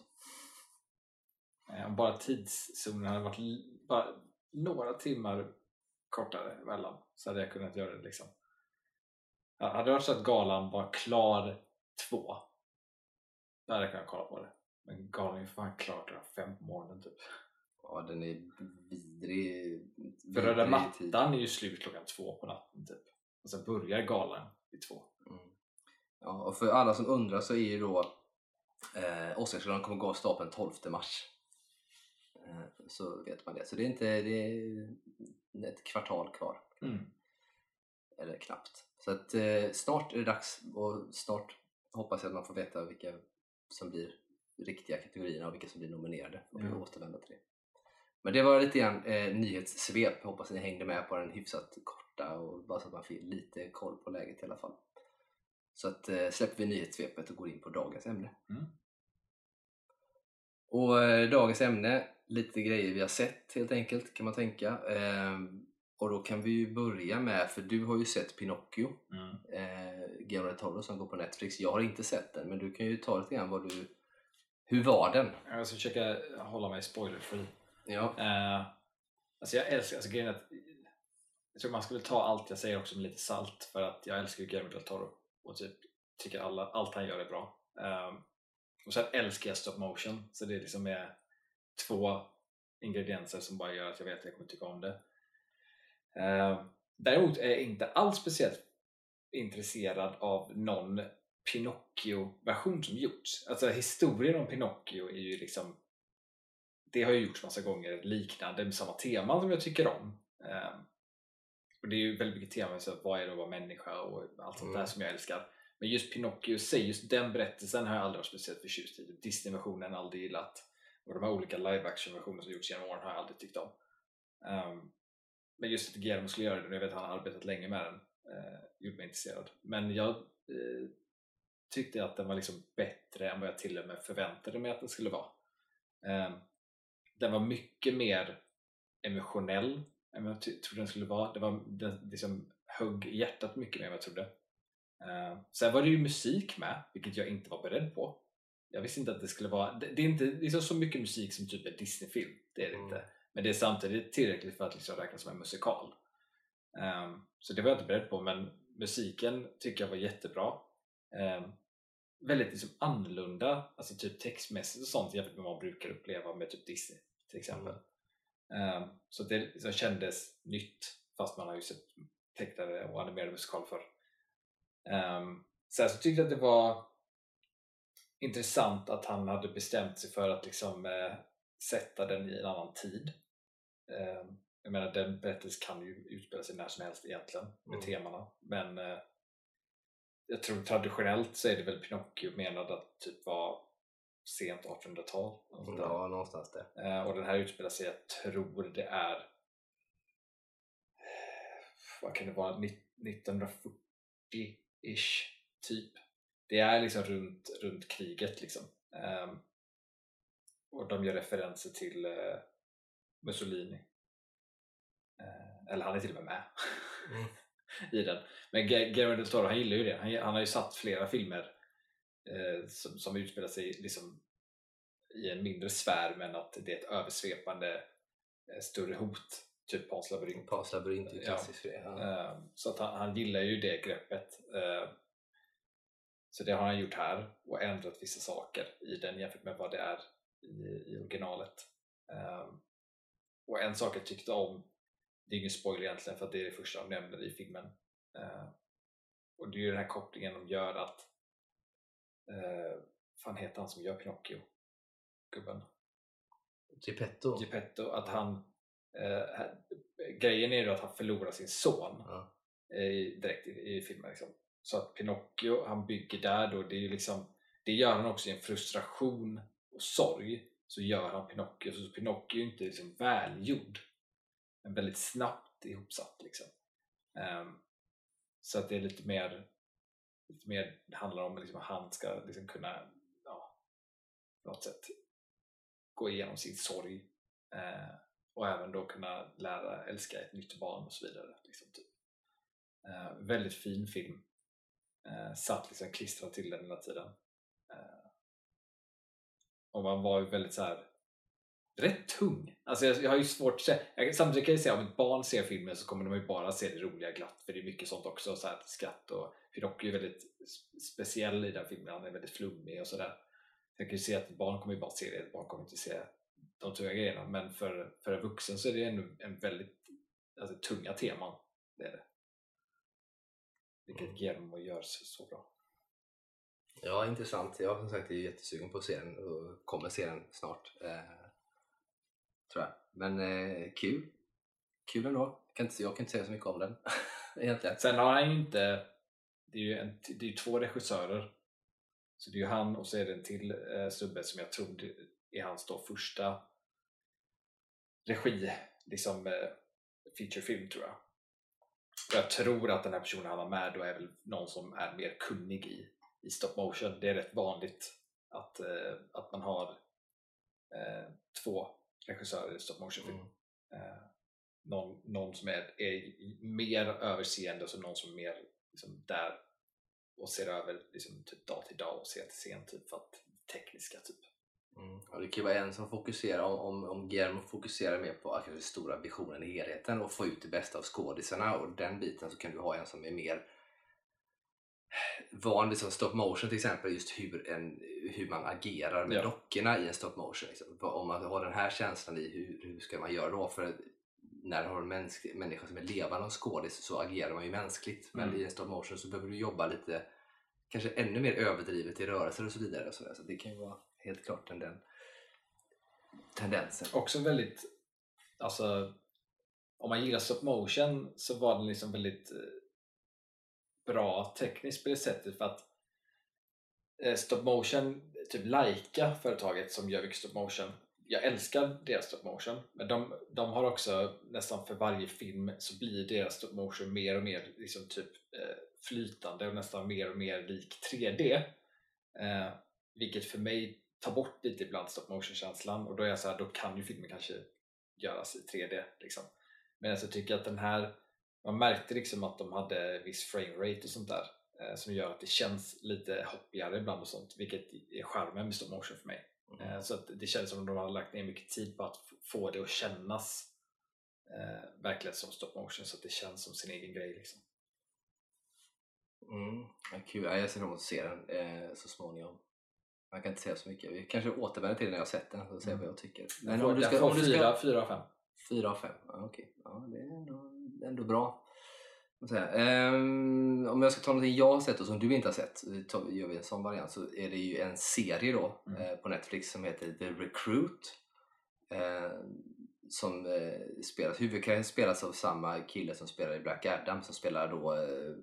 Om bara tidszonen hade varit bara några timmar kortare emellan så hade jag kunnat göra det liksom. Ja, hade det varit så att galan var klar två, då hade jag kunnat kolla på det. Men galan är fan klar till fem på morgonen typ. Ja, den är vidrig. För röda mattan är ju slut klockan två på natten typ. Och sen börjar galan vid två. Mm. Ja, och för alla som undrar så är ju då eh, Oscarsgalan kommer gå av stapeln tolfte mars. Eh, så vet man det. Så det är inte det är ett kvartal kvar. Mm. Eller knappt. Så att eh, snart är det dags, och snart hoppas jag att man får veta vilka som blir riktiga kategorierna och vilka som blir nominerade. Och vi mm. återvända till det. Men det var lite grann eh, nyhetssvep. Jag hoppas att ni hängde med på den hyfsat korta, och bara så att man fick lite koll på läget i alla fall. Så att eh, släpper vi nyhetssvepet och går in på dagens ämne. Mm. Och eh, dagens ämne, lite grejer vi har sett helt enkelt kan man tänka. Eh, och då kan vi ju börja med, för du har ju sett Pinocchio. Mm. Eh, Guillermo del Toro som går på Netflix. Jag har inte sett den, men du kan ju ta lite grann vad du... Hur var den? Jag ska försöka hålla mig spoilerfri. Ja. Uh, alltså jag älskar, alltså grejen att jag tror man skulle ta allt jag säger också med lite salt, för att jag älskar Guillermo del Toro och typ tycker alla, allt han gör är bra. Um, och sen älskar jag stop motion, så det är liksom är två ingredienser som bara gör att jag vet att jag kommer tycka om det. Uh, däremot är jag inte alls speciellt intresserad av någon Pinocchio-version som gjorts. Alltså historien om Pinocchio är ju liksom, det har ju gjorts massa gånger liknande med samma teman som jag tycker om. Um, och det är ju väldigt mycket teman, så vad är det att vara människa och allt sånt där mm. som jag älskar. Men just Pinocchio säger, just den berättelsen har jag aldrig varit speciellt förtjust i. Disney-versionen har jag aldrig gillat. Och de här olika live-action-versioner som gjorts genom åren har jag aldrig tyckt om. Um, men just att Guillermo skulle göra det, och jag vet att han har arbetat länge med den, uh, gjorde mig intresserad. Men jag uh, tyckte att den var liksom bättre än vad jag till och med förväntade mig att den skulle vara. Um, den var mycket mer emotionell än vad jag t- trodde den skulle vara. Det var den liksom högg i hjärtat mycket mer än vad jag trodde. Uh, sen var det ju musik med, vilket jag inte var beredd på. Jag visste inte att det skulle vara, det, det är inte liksom så mycket musik som typ en Disney-film, det är det mm. inte. Men det är samtidigt tillräckligt för att liksom räknas som en musikal. Um, så det var jag inte beredd på, men musiken tycker jag var jättebra. Um, väldigt liksom annorlunda, alltså typ textmässigt och sånt jämfört med vad man brukar uppleva med typ Disney till exempel. Mm. Um, så det liksom kändes nytt, fast man har ju sett tecknade och animerade musikal för. Um, sen så tyckte jag att det var intressant att han hade bestämt sig för att liksom uh, sätta den i en annan tid. Um, jag menar, den berättelsen kan ju utspela sig när som helst egentligen med mm. temana, men uh, jag tror traditionellt så är det väl Pinocchio menad att typ vara sent artonhundratal. Ja, någonstans det. Uh, och den här utspelar sig, jag tror det är, vad kan det vara, nittonhundrafyrtio-ish typ. Det är liksom runt, runt kriget liksom. Um, och de gör referenser till uh, Mussolini. Uh, eller han är till och med med mm. i den. Men Guillermo del Toro, han gillar ju det. Han, han har ju satt flera filmer uh, som, som utspelar sig liksom i en mindre sfär, men att det är ett översvepande uh, större hot. Typ Pans labyrint. Pans labyrint är ju klassiskt för det. Ja. Uh, så att han, han gillar ju det greppet. Uh, så det har han gjort här och ändrat vissa saker i den jämfört med vad det är i, i originalet. Um, och en sak jag tyckte om, det är ingen spoiler egentligen för att det är det första de nämner i filmen. Uh, och det är ju den här kopplingen de gör att uh, fan heter han som gör Pinocchio? Gubben. Geppetto. Geppetto, att han uh, grejen är ju att han förlorar sin son ja. i, direkt i, i filmen liksom. Så att Pinocchio, han bygger där då, det är ju liksom, det gör han också i en frustration och sorg, så gör han Pinocchio, så Pinocchio är inte liksom välgjord, men väldigt snabbt ihopsatt liksom. Um, så att det är lite mer, lite mer det handlar om liksom att han ska liksom kunna, ja, på något sätt gå igenom sin sorg uh, och även då kunna lära älska ett nytt barn och så vidare liksom, typ. Uh, väldigt fin film. Uh, satt liksom klistrad till den hela tiden. Uh, och man var ju väldigt så här rätt tung. Alltså jag, jag har ju svårt att säga. Jag, samtidigt kan jag säga om ett barn ser filmen så kommer de ju bara se det roliga glatt, för det är mycket sånt också, så här skratt, och Pinocchio är väldigt speciell i den filmen, han är väldigt flummig och sådär. Jag kan ju se att ett barn kommer ju bara se det, ett barn kommer inte se de tunga grejerna, men för, för en vuxen så är det ändå en väldigt alltså, tunga teman, det är det. Vilket mm. Guillermo gör så, så bra. Ja, intressant. Jag som sagt är jättesugen på att se den och kommer se den snart. Eh, tror jag. Men eh, kul. Kul ändå. Jag kan inte, jag kan inte säga så mycket om den. Egentligen. Sen har han ju inte... Det är ju en, det är ju två regissörer. Så det är ju han och så är det en till eh, snubbe som jag tror är hans då första regi, liksom eh, featurefilm tror jag. Jag tror att den här personen han har med då är väl någon som är mer kunnig i, i stop motion. Det är rätt vanligt att, eh, att man har eh, två regissörer i stop motion film. Mm. Eh, någon, någon som är, är mer överseende och så någon som är mer liksom, där och ser över liksom, typ dag till dag och ser till scen typ, för att tekniska typ. Mm. Ja, det kan ju vara en som fokuserar, om, om, om Guillermo fokuserar mer på den stora visionen i helheten och få ut det bästa av skådisarna och den biten, så kan du ha en som är mer vanlig som stop motion till exempel, just hur, en, hur man agerar med ja. dockorna i en stop motion liksom. Om man har den här känslan i hur, hur ska man göra då, för när du har en mänsk, människa som är levande och skådis så agerar man ju mänskligt, men mm. i en stop motion så behöver du jobba lite kanske ännu mer överdrivet i rörelser och så vidare och så, där. Så det kan ju vara helt klart den, den tendensen. Också väldigt, alltså om man gillar stop motion så var den liksom väldigt eh, bra tekniskt på det sättet, för att eh, stop motion, typ Laika företaget som gör mycket stop motion, jag älskar deras stop motion, men de, de har också nästan för varje film så blir deras stop motion mer och mer liksom typ eh, flytande och nästan mer och mer lik tre D, eh, vilket för mig ta bort lite ibland stop motion känslan, och då är jag så här, då kan ju filmen kanske göras i tre D liksom. Men jag tycker att den här, man märkte liksom att de hade viss frame rate och sånt där eh, som gör att det känns lite hoppigare ibland och sånt, vilket är charmen med stop motion för mig. Mm. eh, så att det känns som att de har lagt ner mycket tid på att få det att kännas eh, verkligen som stop motion, så att det känns som sin egen grej liksom. Mm, ja, kul. Jag ser fram emot att se den eh, så småningom. Man kan inte säga så mycket. Vi kanske återvänder till den när jag har sett den och ser mm. vad jag tycker. Men får, om du ska, om du ska... fyra av fem. fyra av fem, ja, okej. Ja, det är ändå, ändå bra. Um, om jag ska ta någonting jag har sett och som du inte har sett, så gör vi en sån variant, så är det ju en serie då mm. eh, på Netflix som heter The Recruit. Eh, som eh, spelas, huvudkaraktären spelas av samma kille som spelar i Black Adam, som spelar då eh,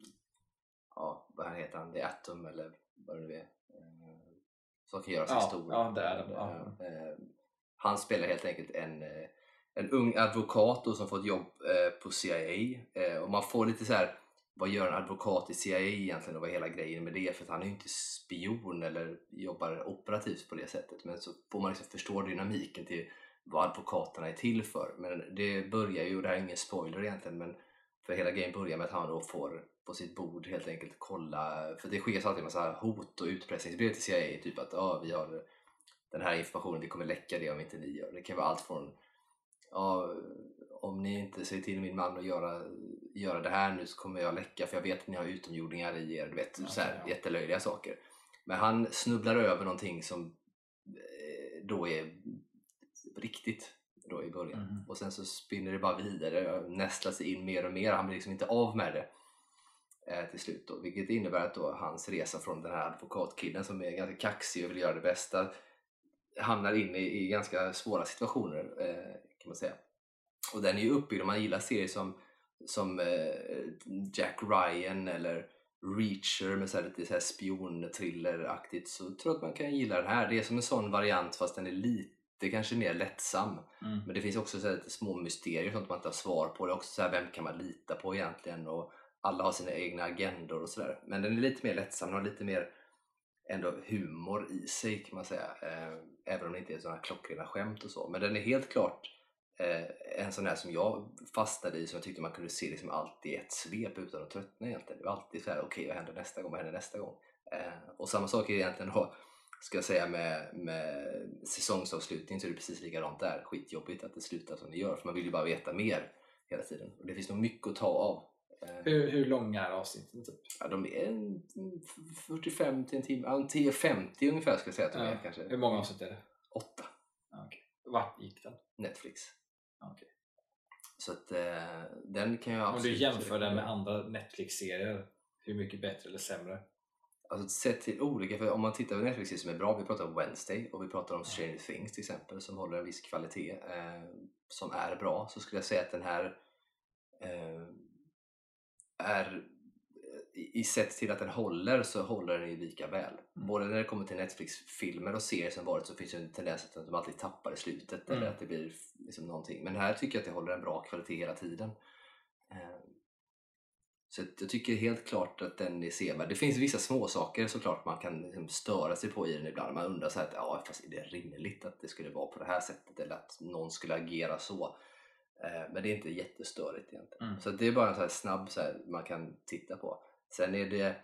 ja, vad heter han? Det är Atom eller vad det nu är. Eh, som kan göra sig ja, stor. Ja, det är det. Ja. Eh, han spelar helt enkelt en en ung advokat då, som fått jobb eh, på C I A, eh, och man får lite så här, vad gör en advokat i C I A egentligen och vad är hela grejen med det, för att han är ju inte spion eller jobbar operativt på det sättet, men så får man liksom förstå dynamiken till vad advokaterna är till för. Men det börjar ju, och det här är ingen spoiler egentligen, men för hela grejen börjar med att han då får på sitt bord helt enkelt kolla, för det sker så alltid en massa hot och utpressningsbrev till C I A, typ att ja, vi har den här informationen, vi kommer läcka det om inte ni gör. Det kan vara allt från ja, om ni inte säger till min man att göra, göra det här nu så kommer jag läcka, för jag vet att ni har utomjordingar i er, du vet, okay, så här, ja. Jättelöjliga saker. Men han snubblar över någonting som då är riktigt då i början. Mm. Och sen så spinner det bara vidare, nästlar sig in mer och mer. Han blir liksom inte av med det eh, till slut då. Vilket innebär att då hans resa från den här advokatkillen som är ganska kaxig och vill göra det bästa hamnar in i, i ganska svåra situationer eh, kan man säga. Och den är ju uppbyggd, om man gillar serier som, som eh, Jack Ryan eller Reacher med så här lite så här spion-thriller-aktigt, så tror jag att man kan gilla den här. Det är som en sån variant fast den är lite kanske mer lättsam. Mm. Men det finns också så här lite små mysterier sånt man inte har svar på. Det är också så här, vem kan man lita på egentligen? Och alla har sina egna agendor och sådär. Men den är lite mer lättsam, den har lite mer ändå humor i sig kan man säga. Eh, även om det inte är sådana klockrena skämt och så. Men den är helt klart eh, en sån här som jag fastnade i, som jag tyckte man kunde se liksom alltid i ett svep utan att tröttna egentligen. Det var alltid så här, okej, okay, vad händer nästa gång, vad händer nästa gång? Eh, och samma sak är egentligen då, ska jag säga, med, med säsongsavslutning, så är det precis likadant där. Skitjobbigt att det slutar som det gör, för man vill ju bara veta mer hela tiden. Och det finns nog mycket att ta av. Hur, hur långa är avsnitten typ? Ja, de är en fyrtiofem till en timme, ja, tio femtio ungefär ska jag säga att de ja. är kanske. Hur många avsnitt är det? Åtta. Ja, okay. Vart gick den? Netflix. Ja, okay. Så att eh, den kan jag... Om du jämför den med andra Netflix-serier, hur mycket bättre eller sämre? Alltså sett till olika, för om man tittar på Netflix som är bra, vi pratar om Wednesday och vi pratar om Stranger Things till exempel, som håller en viss kvalitet eh, som är bra, så skulle jag säga att den här eh, är i sett till att den håller, så håller den ju lika väl. Mm. Både när det kommer till Netflix-filmer och serier som varit, så finns det en tendens att de alltid tappar i slutet mm. eller att det blir liksom någonting. Men här tycker jag att det håller en bra kvalitet hela tiden. Så jag tycker helt klart att den är sevärd. Det finns vissa små saker såklart man kan liksom störa sig på i den ibland. Man undrar så här att ja, fast är det rimligt att det skulle vara på det här sättet eller att någon skulle agera så. Men det är inte jättestörigt egentligen. Mm. Så det är bara en så här snabb så här man kan titta på. Sen är det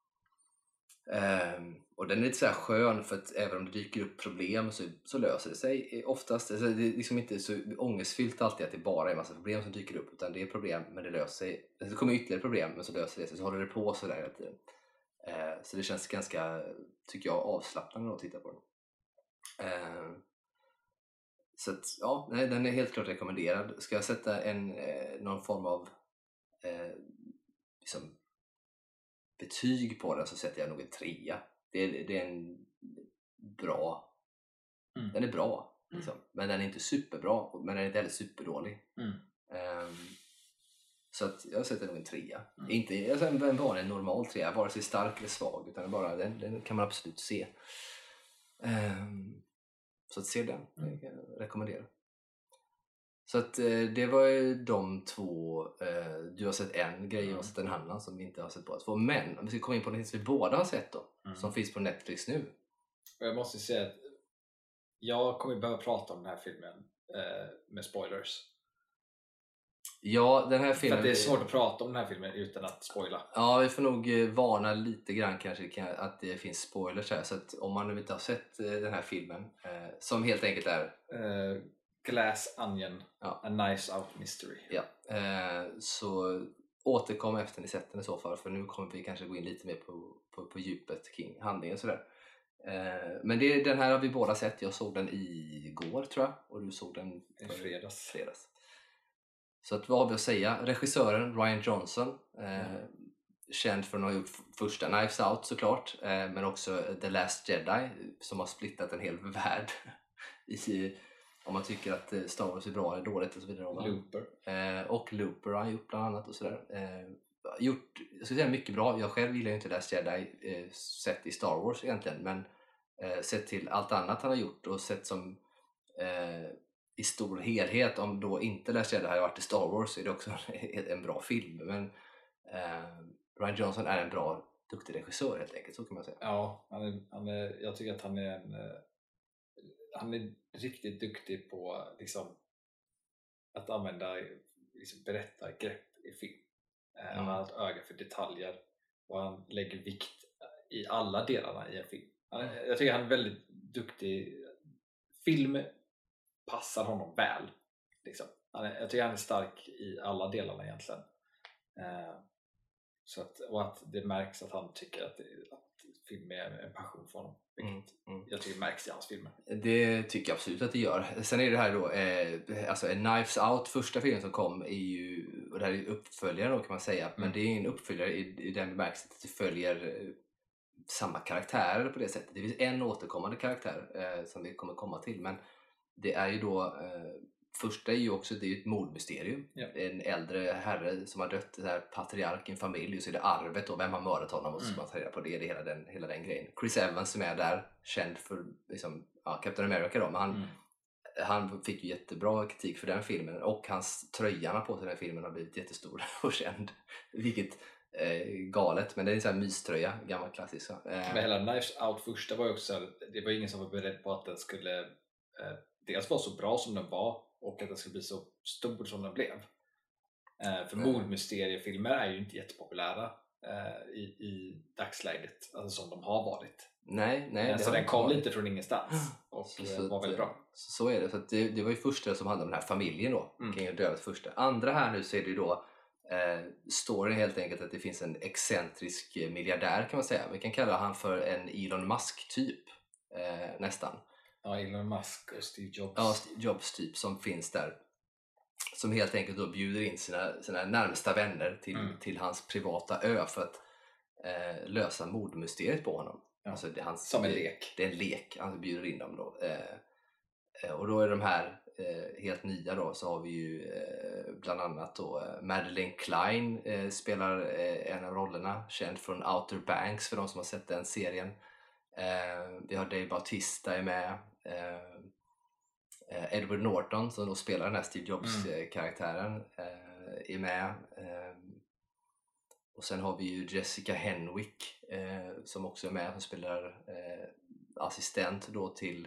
um, och den är lite så här skön, för att även om det dyker upp problem så, så löser det sig oftast. Alltså det är liksom inte så ångestfyllt alltid att det bara är en massa problem som dyker upp, utan det är problem men det löser sig. Det kommer ytterligare problem men så löser det sig, så håller det på så där hela tiden. Uh, så det känns ganska, tycker jag, avslappnande att titta på den. Uh, så att, ja, nej, den är helt klart rekommenderad. Ska jag sätta en eh, någon form av eh, liksom betyg på den, så sätter jag nog en trea. Det är, det är en bra mm. den är bra liksom. Mm. Men den är inte superbra, men den är inte heller superdålig. Mm. Um, så att jag sätter nog en trea. Mm. Inte alltså en, en vanlig normal trea, vare sig stark eller svag, utan bara den, den kan man absolut se. Um, så att se den, det kan jag rekommendera. Så att eh, det var ju de två, eh, du har sett en grej och jag har sett en annan som vi inte har sett båda två. Men om vi ska komma in på något som vi båda har sett då, mm. som finns på Netflix nu. Och jag måste säga att jag kommer behöva prata om den här filmen eh, med spoilers. Ja, den här filmen... För att det är svårt att prata om den här filmen utan att spoila. Ja, vi får nog varna lite grann kanske att det finns spoilers här. Så att om man nu inte har sett den här filmen, eh, som helt enkelt är... Uh, Glass Onion, ja. A Knives Out Mystery. Ja, eh, så återkom efter ni sett den i så fall. För nu kommer vi kanske gå in lite mer på, på, på djupet kring handlingen och sådär. Eh, men det, den här har vi båda sett. Jag såg den igår tror jag. Och du såg den i fredags. fredags. Så att, vad har vi att säga? Regissören Rian Johnson, eh, mm. känd för att ha gjort första Knives Out såklart, eh, men också The Last Jedi som har splittat en hel värld i, om man tycker att Star Wars är bra eller dåligt och så vidare. Looper. Eh, och Looper har han gjort bland annat och sådär. Eh, gjort, jag skulle säga mycket bra. Jag själv gillar ju inte Last Jedi eh, sett i Star Wars egentligen, men eh, sett till allt annat han har gjort och sett som eh, i stor helhet, om då inte Last Jedi hade varit i Star Wars, så är det också en bra film. Men eh, Rian Johnson är en bra, duktig regissör helt enkelt, så kan man säga. Ja, han är, han är, jag tycker att han är en han är riktigt duktig på liksom, att använda liksom, berättargrepp i film. Mm. Han har ett öga för detaljer och han lägger vikt i alla delarna i en film. Han, jag tycker han är väldigt duktig. Film passar honom väl. Liksom. Han är, jag tycker han är stark i alla delarna egentligen. Eh, så att, och att det märks att han tycker att, det, att film är en passion för honom. Mm, mm. Jag tycker det märks i hans filmer. Det tycker jag absolut att det gör. Sen är det här då, eh, alltså Knives Out, första filmen som kom är ju, och det här är uppföljare då kan man säga, mm. men det är en uppföljare i, i den bemärkelsen att det följer eh, samma karaktärer på det sättet. Det finns en återkommande karaktär eh, som vi kommer komma till, men det är ju då eh, första är ju också, det är ju ett mordmysterium. Ja. En äldre herre som har dött, det här patriark i en familj, och så är det arvet och vem har mördat honom och så mm. man tar reda på det, det är hela den, hela den grejen. Chris Evans som är där, känd för liksom, ja, Captain America då, men han, mm. han fick ju jättebra kritik för den filmen, och hans tröjan på sig den filmen har blivit jättestor och känd, vilket eh, galet, men det är en sån här myströja, gammal klassisk. Eh. Men hela Knives Out första var ju också, det var ingen som var beredd på att den skulle eh, dels vara så bra som den var och att den skulle bli så stor som den blev. Eh, för mm. mordmysteriefilmer är ju inte jättepopulära eh, i, i dagsläget, alltså som de har varit. Nej, nej. Eh, så den kom lite från ingenstans och så, så var väldigt bra. Så är det, så att det, det var ju första som handlade om den här familjen då, mm. kring dödet första. Andra här nu så är det ju då eh, storyn helt enkelt att det finns en excentrisk miljardär kan man säga. Vi kan kalla han för en Elon Musk typ, eh, nästan. Ja, Elon Musk och Steve Jobs. Ja, Steve Jobs typ som finns där. Som helt enkelt då bjuder in sina, sina närmsta vänner till, mm. till hans privata ö för att eh, lösa mordmysteriet på honom. Ja. Alltså det, hans, som en det, lek. Det är en lek, han bjuder in dem då. Eh, och då är de här eh, helt nya då, så har vi ju eh, bland annat då eh, Madeleine Klein eh, spelar eh, en av rollerna, känd från Outer Banks för de som har sett den serien. Eh, vi har Dave Bautista är med, eh, Edward Norton som då spelar den här Steve Jobs mm. karaktären eh, är med, eh, och sen har vi ju Jessica Henwick eh, som också är med, som spelar eh, assistent då till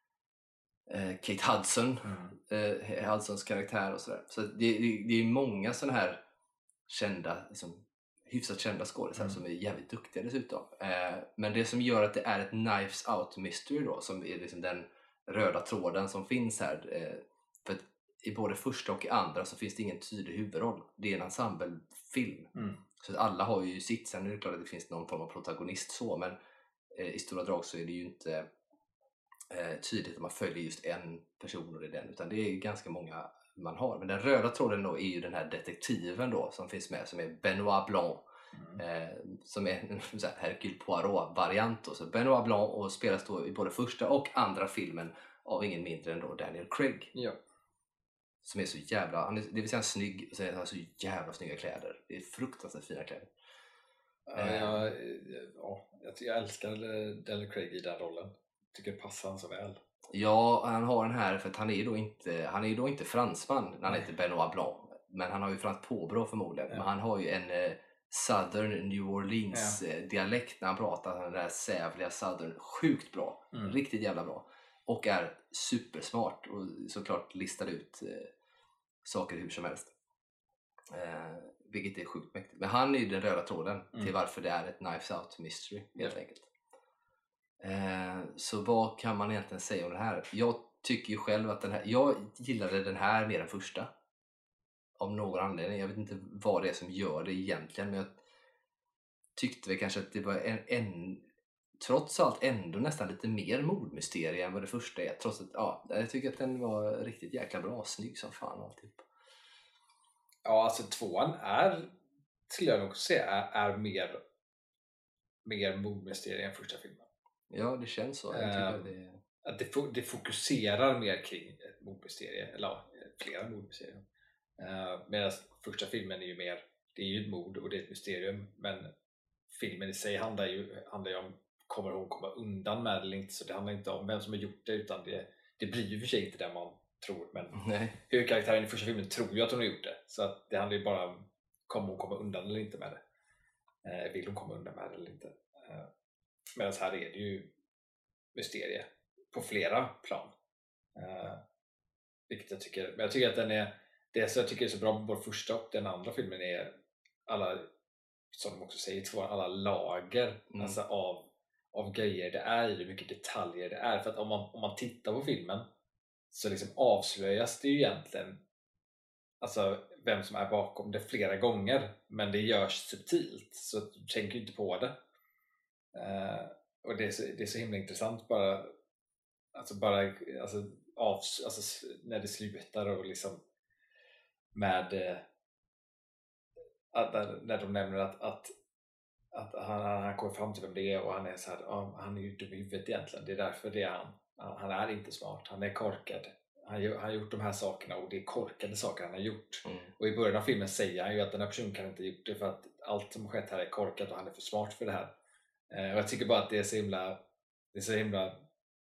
eh, Kate Hudson, mm. eh, Hudsons karaktär och sådär. Så det, det, det är många sådana här kända liksom, hyfsat kända skådespelare mm. som är jävligt duktiga dessutom. Eh, men det som gör att det är ett Knives Out mystery då, som är liksom den röda tråden som finns här. Eh, för att i både första och i andra så finns det ingen tydlig huvudroll. Det är en ensemblefilm. Mm. Så att alla har ju sitt. Sen är det klart att det finns någon form av protagonist så, men eh, i stora drag så är det ju inte eh, tydligt att man följer just en person och det är den, utan det är ganska många man har. Men den röda tråden då är ju den här detektiven då som finns med, som är Benoit Blanc. Mm. Eh, som är en sån här Hercule Poirot-variant då. Så Benoit Blanc och spelas då i både första och andra filmen av ingen mindre än då Daniel Craig. Ja. Som är så jävla, han är, det vill säga snygg, så är han så jävla snygga kläder. Det är fruktansvärt fina kläder. Ja, jag, ja, jag, jag älskar Daniel Craig i den rollen. Jag tycker det passar han så väl. Ja, han har den här, för att han är ju då inte, han är ju då inte fransman när han heter Benoit Blanc. Men han har ju franskt påbrå förmodligen. Ja. Men han har ju en Southern New Orleans ja. dialekt när han pratar, den där sävliga Southern, sjukt bra, mm. riktigt jävla bra, och är supersmart och såklart listar ut eh, saker hur som helst, eh, vilket är sjukt mäktigt. Men han är ju den röda tråden mm. till varför det är ett Knives Out mystery helt mm. enkelt. Eh, så vad kan man egentligen säga om det här? Jag tycker ju själv att den här, jag gillade den här mer än första av någon anledning. Jag vet inte vad det är som gör det egentligen, men jag tyckte väl kanske att det var en, en trots allt ändå nästan lite mer mordmysterie än vad det första är. Trots att, ja, jag tycker att den var riktigt jäkla bra, snygg som fan och typ. Ja, alltså tvåan är, skulle jag nog säga, är, är mer mer mordmysterie än första filmen. Ja, det känns så. Jag tycker uh, det... Att det, fo- det fokuserar mer kring ett mordmysterie, eller ja, flera mordmysterier. Uh, medan första filmen är ju mer, det är ju ett mord och det är ett mysterium, men filmen i sig handlar ju, handlar ju om, kommer hon komma undan med det eller inte, så det handlar inte om vem som har gjort det, utan det, det blir ju för sig inte det man tror, men Nej. huvudkaraktären i första filmen tror ju att hon har gjort det, så att det handlar ju bara om, kommer hon komma undan eller inte med det, uh, vill hon komma undan med det eller inte. Uh, medan här är det ju mysterie på flera plan, uh, vilket jag tycker, men jag tycker att den är, det som jag tycker är så bra på både första och den andra filmen är alla, som de också säger, två, alla lager mm. alltså av, av grejer det är, hur mycket detaljer det är, för att om man, om man tittar på filmen så liksom avslöjas det ju egentligen alltså vem som är bakom det flera gånger, men det görs subtilt så du tänker ju inte på det, uh, och det är, så, det är så himla intressant bara alltså bara alltså, av, alltså när det slutar och liksom med eh, att, när de nämner att, att, att han, han kommer fram till vem det är och han är så här, oh, han är ju dum i huvudet egentligen, det är därför det är han. Han är inte smart, han är korkad, han, han har gjort de här sakerna och det är korkade saker han har gjort, mm. och i början av filmen säger han ju att den här personen kan inte ha gjort det för att allt som har skett här är korkat och han är för smart för det här, eh, och jag tycker bara att det är så himla det är så himla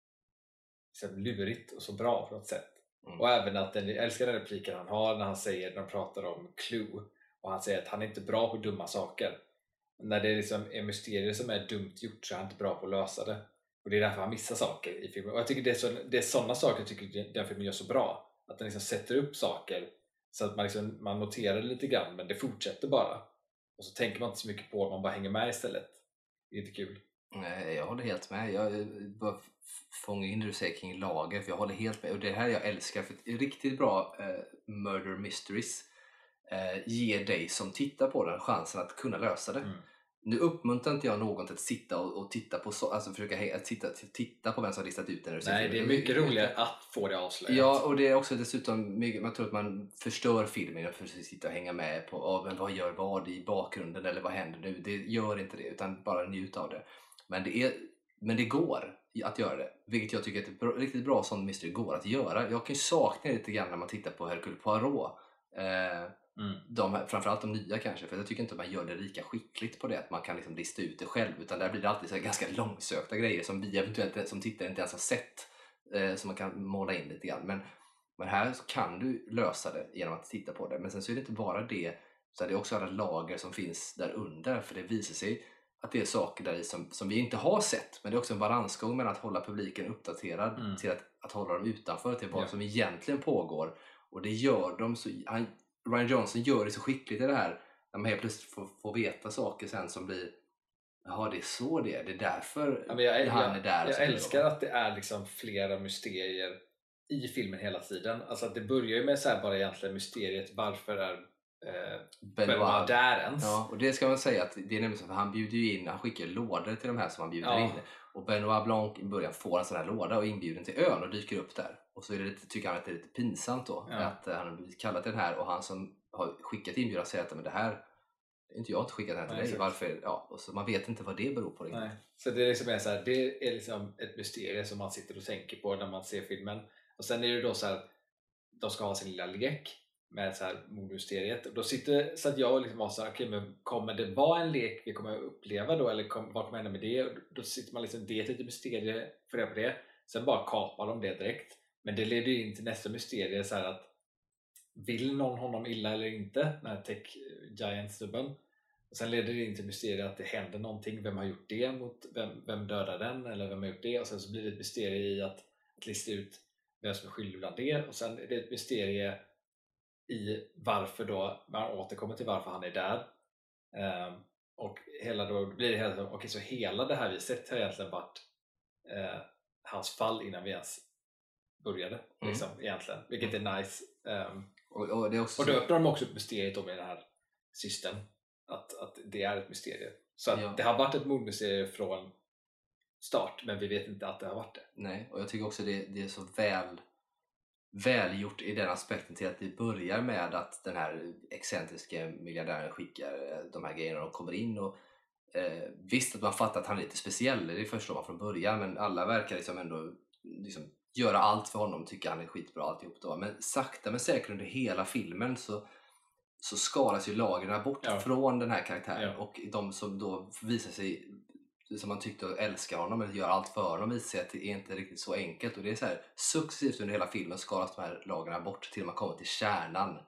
så lurigt och så bra på något sätt. Mm. Och även att den, jag älskar den repliken han har när han säger, när de pratar om Clue, och han säger att han är inte bra på dumma saker. När det liksom är mysterier som är dumt gjort så är han inte bra på att lösa det, och det är därför han missar saker i filmen. Och jag tycker det är, så, det är sådana saker jag tycker den filmen gör så bra, att den liksom sätter upp saker så att man, liksom, man noterar det lite grann, men det fortsätter bara, och så tänker man inte så mycket på det, man bara hänger med istället. Det är inte kul. Nej, jag håller helt med. Jag bara fångar in det du säger kring lager, för jag håller helt med. Och det här jag älskar, för riktigt bra eh, murder mysteries eh, ger dig som tittar på den chansen att kunna lösa det. Mm. Nu uppmuntrar inte jag någon till att sitta och, och titta på så, alltså försöka att titta, titta på vem som har listat ut den. Nej, filmen. Det är mycket roligare att få det avslöjat. Ja, och det är också dessutom mycket, man tror att man förstör filmen för att sitta och hänga med på oh, men vad gör vad i bakgrunden eller vad händer nu. Det gör inte det, utan bara njut av det. Men det, är, men det går att göra det, vilket jag tycker är ett bra, riktigt bra sån mystery går att göra. Jag kan ju sakna lite grann när man tittar på Hercule Poirot, eh, mm. de, framförallt de nya kanske, för jag tycker inte att man gör det lika skickligt på det, att man kan liksom lista ut det själv, utan där blir det alltid så här ganska långsökta grejer som vi eventuellt som tittare inte ens har sett, eh, som man kan måla in lite grann. Men, men här så kan du lösa det genom att titta på det, men sen så är det inte bara det, så är det också alla lager som finns där under, för det visar sig att det är saker där i som, som vi inte har sett, men det är också en balansgång mellan att hålla publiken uppdaterad mm. till att, att hålla dem utanför till vad ja. som egentligen pågår, och det gör de så, han, Rian Johnson gör det så skickligt i det här, när man helt plötsligt får, får veta saker sen som blir, jaha, det är så det är, det är därför ja, jag, han är där. Jag, jag älskar att det är liksom flera mysterier i filmen hela tiden, alltså att det börjar ju med så här bara egentligen mysteriet, varför är Eh, Benoit där ens. Ja, och det ska man säga att det är nämligen så, för han bjuder ju in, han skickar lådor till de här som han bjuder ja. in, och Benoit Blanc i början får en sån här låda och inbjuden till ön och dyker upp där, och så är det lite, tycker han att det är lite pinsamt då, ja. att uh, han har blivit kallad till den här, och han som har skickat inbjudan säger att men det här inte jag har inte skickat den här till Nej, dig, exakt. varför, ja, och så man vet inte vad det beror på riktigt. Nej. Så det är liksom är så här, det är liksom ett mysterium som man sitter och tänker på när man ser filmen, och sen är det då så här, de ska ha sin lilla lek med så här mordmysteriet, och då sitter så att jag liksom var så här, okej, men kommer det vara en lek vi kommer att uppleva då, eller kom, vad kommer hända med det? Och då sitter man liksom, det är ett litet mysterie för det på det, sen bara kapar de det direkt, men det leder ju in till nästa mysterie, så här att vill någon honom illa eller inte, den här tech giant stubben, Och sen leder det in till mysteriet att det händer någonting. Vem har gjort det? Mot vem, vem dödar den? Eller vem har gjort det? Och sen så blir det ett mysterium i att, att lista ut vem som är skyldig bland det. Och sen är det ett mysterium i varför då, man återkommer till varför han är där. Um, och hela då blir det hela, okej okay, så hela det här vi sett har egentligen varit uh, hans fall innan vi ens började mm. liksom, egentligen, vilket är nice. Um, och, och, det är också och då öppnar de också upp mysteriet då med den här system, att, att det är ett mysterium. Så att ja. det har varit ett mordmysterium från start, men vi vet inte att det har varit det. Nej, och jag tycker också det, det är så väl välgjort i den aspekten till att det börjar med att den här excentriska miljardären skickar de här grejerna och kommer in och eh, visst att man fattar att han är lite speciell, det förstår man från början, men alla verkar liksom ändå liksom göra allt för honom, tycker han är skitbra alltihop då. Men sakta men säkert under hela filmen så, så skalas ju lagren bort ja. från den här karaktären ja. och de som då visar sig som man tyckte att älska honom eller gör allt för honom visar sig att det är inte riktigt så enkelt, och det är så här successivt under hela filmen skalas de här lagren bort till man kommer till kärnan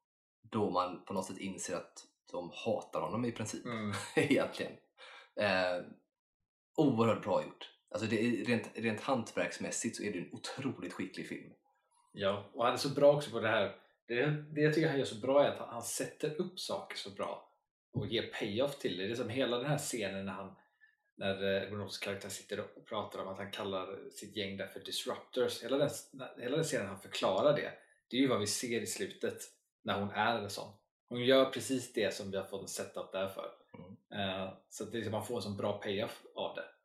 då man på något sätt inser att de hatar honom i princip mm. egentligen. Eh, oerhört bra gjort. Alltså det är rent, rent hantverksmässigt så är det en otroligt skicklig film. Ja, och han är så bra också på det här. Det, det jag tycker han gör så bra är att han, han sätter upp saker så bra och ger payoff till det. Det är som hela den här scenen när han när Renaults karaktär sitter och pratar om att han kallar sitt gäng där för disruptors. Hela den, hela den scenen han förklarar det. Det är ju vad vi ser i slutet när hon är en sån. Hon gör precis det som vi har fått en setup där för. Mm. Uh, så att det är, man får en sån bra payoff av det.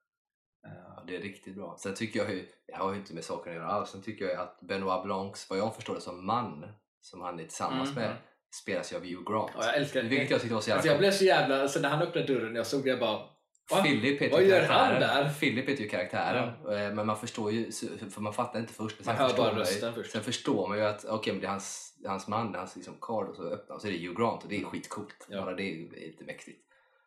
Ja, det är riktigt bra. Sen tycker jag ju, jag har ju inte med saker att göra alls, sen tycker jag att Benoit Blancs, vad jag förstår det som man, som han är tillsammans mm. med, spelas ju av Hugh Grant. Ja, jag älskar det. Vilket jag tyckte var så jävla alltså, jag blev så jävla, alltså när han öppnade dörren jag såg det jag bara Philip heter vad gör han där? Philip heter ju karaktären, ja. Men man förstår ju, för man fattar inte först, man hör bara rösten först. Sen förstår man ju att okej, okay, men det är hans, hans man, hans liksom karl, och så öppnar och så är det Hugh Grant och det är skitcoolt. Ja. Bara det är lite mäktigt.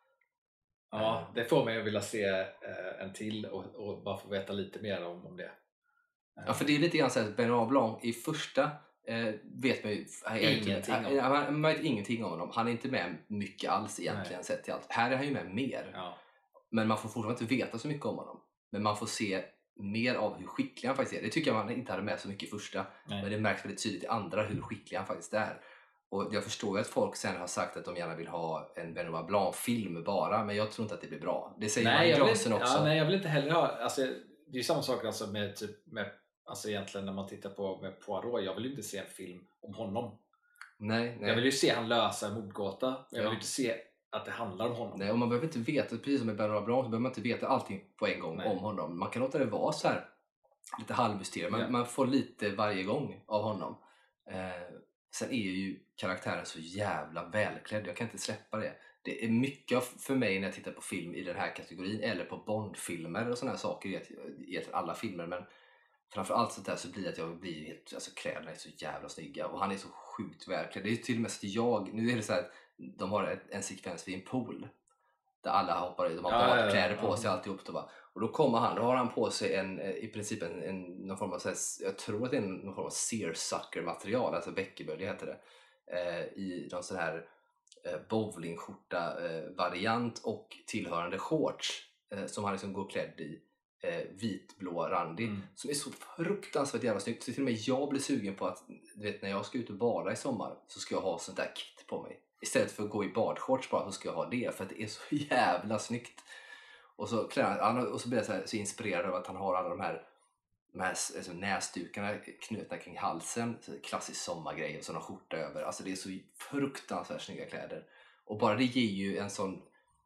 Ja, det får mig att vilja se eh, en till och, och bara få veta lite mer om, om det. Ja, för det är lite grann så att Benoit Blanc i första eh, vet man ju ingenting inte, om. Man, man vet ingenting om honom. Han är inte med mycket alls egentligen. Nej. Sett till allt. Här är han ju med mer. Ja. Men man får fortfarande inte veta så mycket om honom. Men man får se mer av hur skicklig han faktiskt är. Det tycker jag man inte hade med så mycket i första. Nej. Men det märks väldigt tydligt i andra hur skicklig han faktiskt är. Och jag förstår ju att folk sen har sagt att de gärna vill ha en Benoit Blanc-film bara, men jag tror inte att det blir bra. Det säger nej, Ryan Johnson vill, också. Ja, nej, jag vill inte heller ha... Alltså, det är ju samma sak alltså med, typ, med alltså egentligen när man tittar på med Poirot. Jag vill ju inte se en film om honom. Nej, nej. Jag vill ju se han lösa en mordgåta, men jag vill ju inte se att det handlar om honom. Nej, och man behöver inte veta, precis som med Benoit Blanc, så behöver man inte veta allting på en gång nej. om honom. Man kan låta det vara så här lite halvmysterium. Man, ja. man får lite varje gång av honom. Eh, Sen är ju karaktären så jävla välklädd. Jag kan inte släppa det. Det är mycket för mig när jag tittar på film i den här kategorin. Eller på Bond-filmer och såna här saker. I alla filmer. Men framförallt så där så blir det att jag blir helt... Alltså kläderna är så jävla snygga. Och han är så sjukt välklädd. Det är till och med så att jag... Nu är det så här att de har en sekvens vid en pool. Där alla hoppar ut. De har ja, badkläder ja, på ja. sig alltihop. Då, och då kommer han. Då har han på sig en, i princip en, en, någon form av... Så här, jag tror att det är någon form av seersucker-material. Alltså bäckebölj heter det. Eh, I någon sån här eh, bowlingskjorta-variant. Eh, och tillhörande shorts. Eh, som han liksom går klädd i. Eh, vitblå randig. Mm. Som är så fruktansvärt jävla snyggt. Så till och med jag blir sugen på att... Du vet, när jag ska ut och bada i sommar. Så ska jag ha sånt där kit på mig. Istället för att gå i badshorts bara så ska jag ha det. För att det är så jävla snyggt. Och så, och så blir jag så, här, så inspirerad av att han har alla de här, de här alltså näsdukarna knutna kring halsen. Så klassisk sommargrej och så någon skjorta över. Alltså det är så fruktansvärt snygga kläder. Och bara det ger ju en sån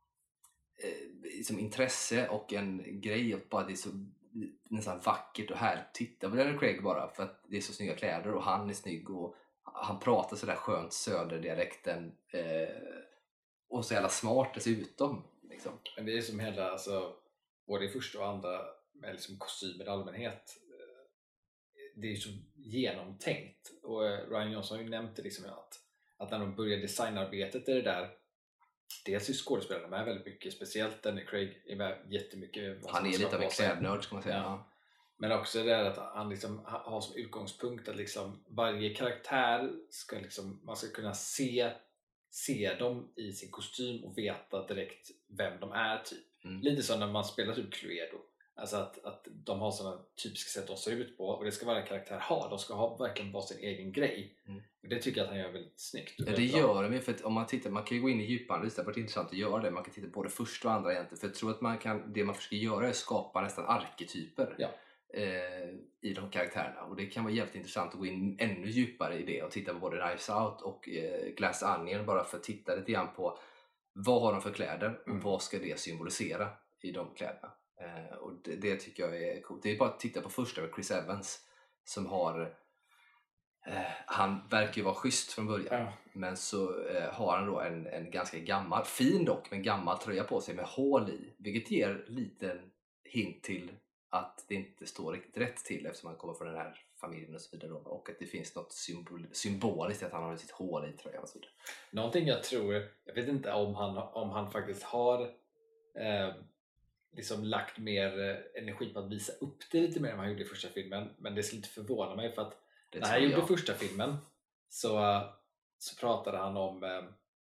eh, liksom intresse och en grej. Och bara det är så nästan vackert och härligt att titta på Daniel Craig bara. För att det är så snygga kläder och han är snygg och han pratar så där skönt söderdialekten. Eh, och så jävla smart dessutom. Liksom. Men det är som hela, alltså, både i första och andra med liksom kostymer i allmänhet, det är så genomtänkt. Och Ryan Johnson har ju nämnt det liksom att, att när de börjar designarbetet är det där, dels är skådespelarna med väldigt mycket, speciellt Daniel Craig är med jättemycket. Han är lite av en klädnörd ska man säga. Ja. Men också det där att han liksom har som utgångspunkt att liksom varje karaktär ska liksom, man ska kunna se se dem i sin kostym och veta direkt vem de är typ. Mm. Lite som när man spelar typ Cluedo. Alltså att, att de har sådana typiska sätt de ser ut på, och det ska varje karaktär ha. De ska ha verkligen vara sin egen grej. Mm. Och det tycker jag att han gör väldigt snyggt. Ja, det gör de ju, för att om man tittar, man kan ju gå in i djupanalys, det har varit intressant att göra det. Man kan titta på det första och andra egentligen, för jag tror att man kan, det man försöker göra är att skapa nästan arketyper ja. eh, i de karaktärerna, och det kan vara jävligt intressant att gå in ännu djupare i det och titta på både Knives Out och eh, Glass Onion, bara för att titta lite grann på vad har de för kläder och mm. vad ska det symbolisera i de kläderna. Eh, och det, det tycker jag är coolt. Det är bara att titta på första med Chris Evans som har eh, han verkar ju vara schysst från början, ja. Men så eh, har han då en, en ganska gammal, fin dock, men gammal tröja på sig med hål i, vilket ger liten hint till att det inte står riktigt rätt till eftersom han kommer från den här familjen och så vidare, och att det finns något symbol, symboliskt att han har sitt hål i tröjan och så vidare. Någonting jag tror, jag vet inte om han, om han faktiskt har eh, liksom lagt mer energi på att visa upp det lite mer än han gjorde i första filmen, men det skulle inte förvåna mig, för att det när han gjorde jag. första filmen så, så pratade han om eh,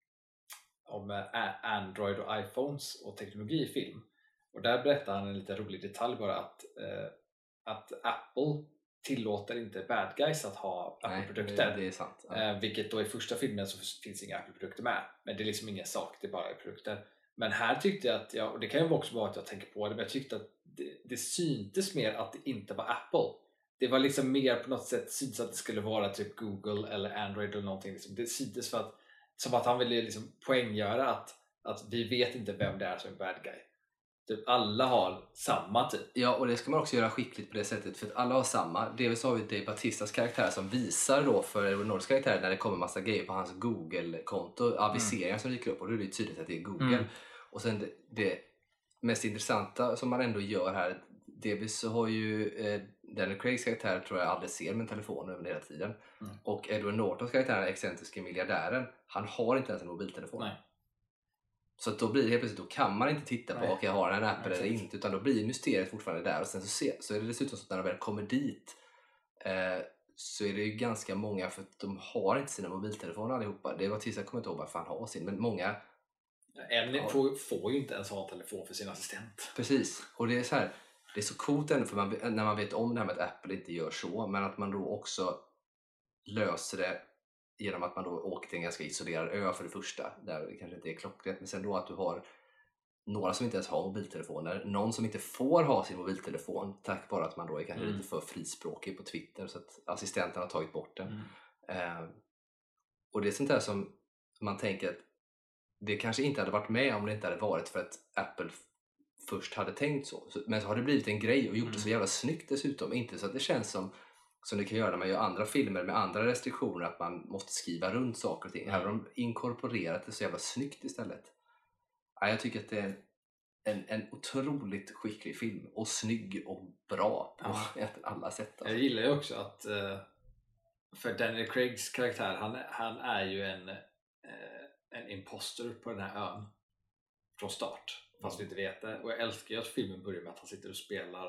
om Android och iPhones och teknologi i film, och där berättade han en lite rolig detalj bara, att, eh, att Apple tillåter inte bad guys att ha Apple-produkter. Det är sant. Ja. Eh, vilket då i första filmen så finns inga Apple-produkter med, men det är liksom ingen sak, det är bara produkter. Men här tyckte jag att, jag, och det kan ju också vara att jag tänker på det, men jag tyckte att det, det syntes mer att det inte var Apple. Det var liksom mer på något sätt syntes att det skulle vara typ Google eller Android eller någonting. Liksom. Det syntes för att, som att han ville liksom poänggöra att, att vi vet inte vem det är som är bad guy. Typ alla har samma typ. Ja, och det ska man också göra skickligt på det sättet, för att alla har samma. Dels har vi Dave Bautistas karaktär som visar då för Edward Nortons karaktär när det kommer massa grejer på hans Google-konto, aviseringar mm. som dyker upp, och då är det tydligt att det är Google. Mm. Och sen det, det mest intressanta som man ändå gör här, delvis så har ju eh, Daniel Craigs karaktär, tror jag, aldrig ser med en telefon över hela tiden. Mm. Och Edward Nortons karaktär, den excentriska miljardären, han har inte ens en mobiltelefon. Nej. Så att då blir det helt plötsligt, då kan man inte titta på, och jag har en app eller inte, utan då blir mysteriet fortfarande där. Och sen så, se, så är det dessutom så att när de väl kommer dit eh, så är det ju ganska många, för att de har inte sina mobiltelefoner allihopa. Det var tills jag kommer inte ihåg varför han har sin, men många en ja. får, får ju inte ens ha en telefon för sin assistent. Precis, och det är så här, det är så coolt ändå, för man, när man vet om det här med att Apple inte gör så, men att man då också löser det genom att man då åker till en ganska isolerad ö för det första, där det kanske inte är klockrent, men sen då att du har några som inte ens har mobiltelefoner, någon som inte får ha sin mobiltelefon tack vare att man då är kanske mm. lite för frispråkig på Twitter, så att assistenten har tagit bort den. Mm. Eh, och det är sånt där som man tänker att det kanske inte hade varit med om det inte hade varit för att Apple först hade tänkt så. Men så har det blivit en grej och gjort mm. det så jävla snyggt dessutom. Inte så att det känns som, som det kan göra när man gör andra filmer med andra restriktioner, att man måste skriva runt saker och ting. Mm. Här har de inkorporerat det så jävla snyggt istället. Ja, jag tycker att det är en, en, en otroligt skicklig film. Och snygg och bra på ja. alla sätt. Alltså. Jag gillar ju också att för Daniel Craigs karaktär, han, han är ju en en imposter på den här ön från start, fast vi inte vet det. Och jag älskar ju att filmen börjar med att han sitter och spelar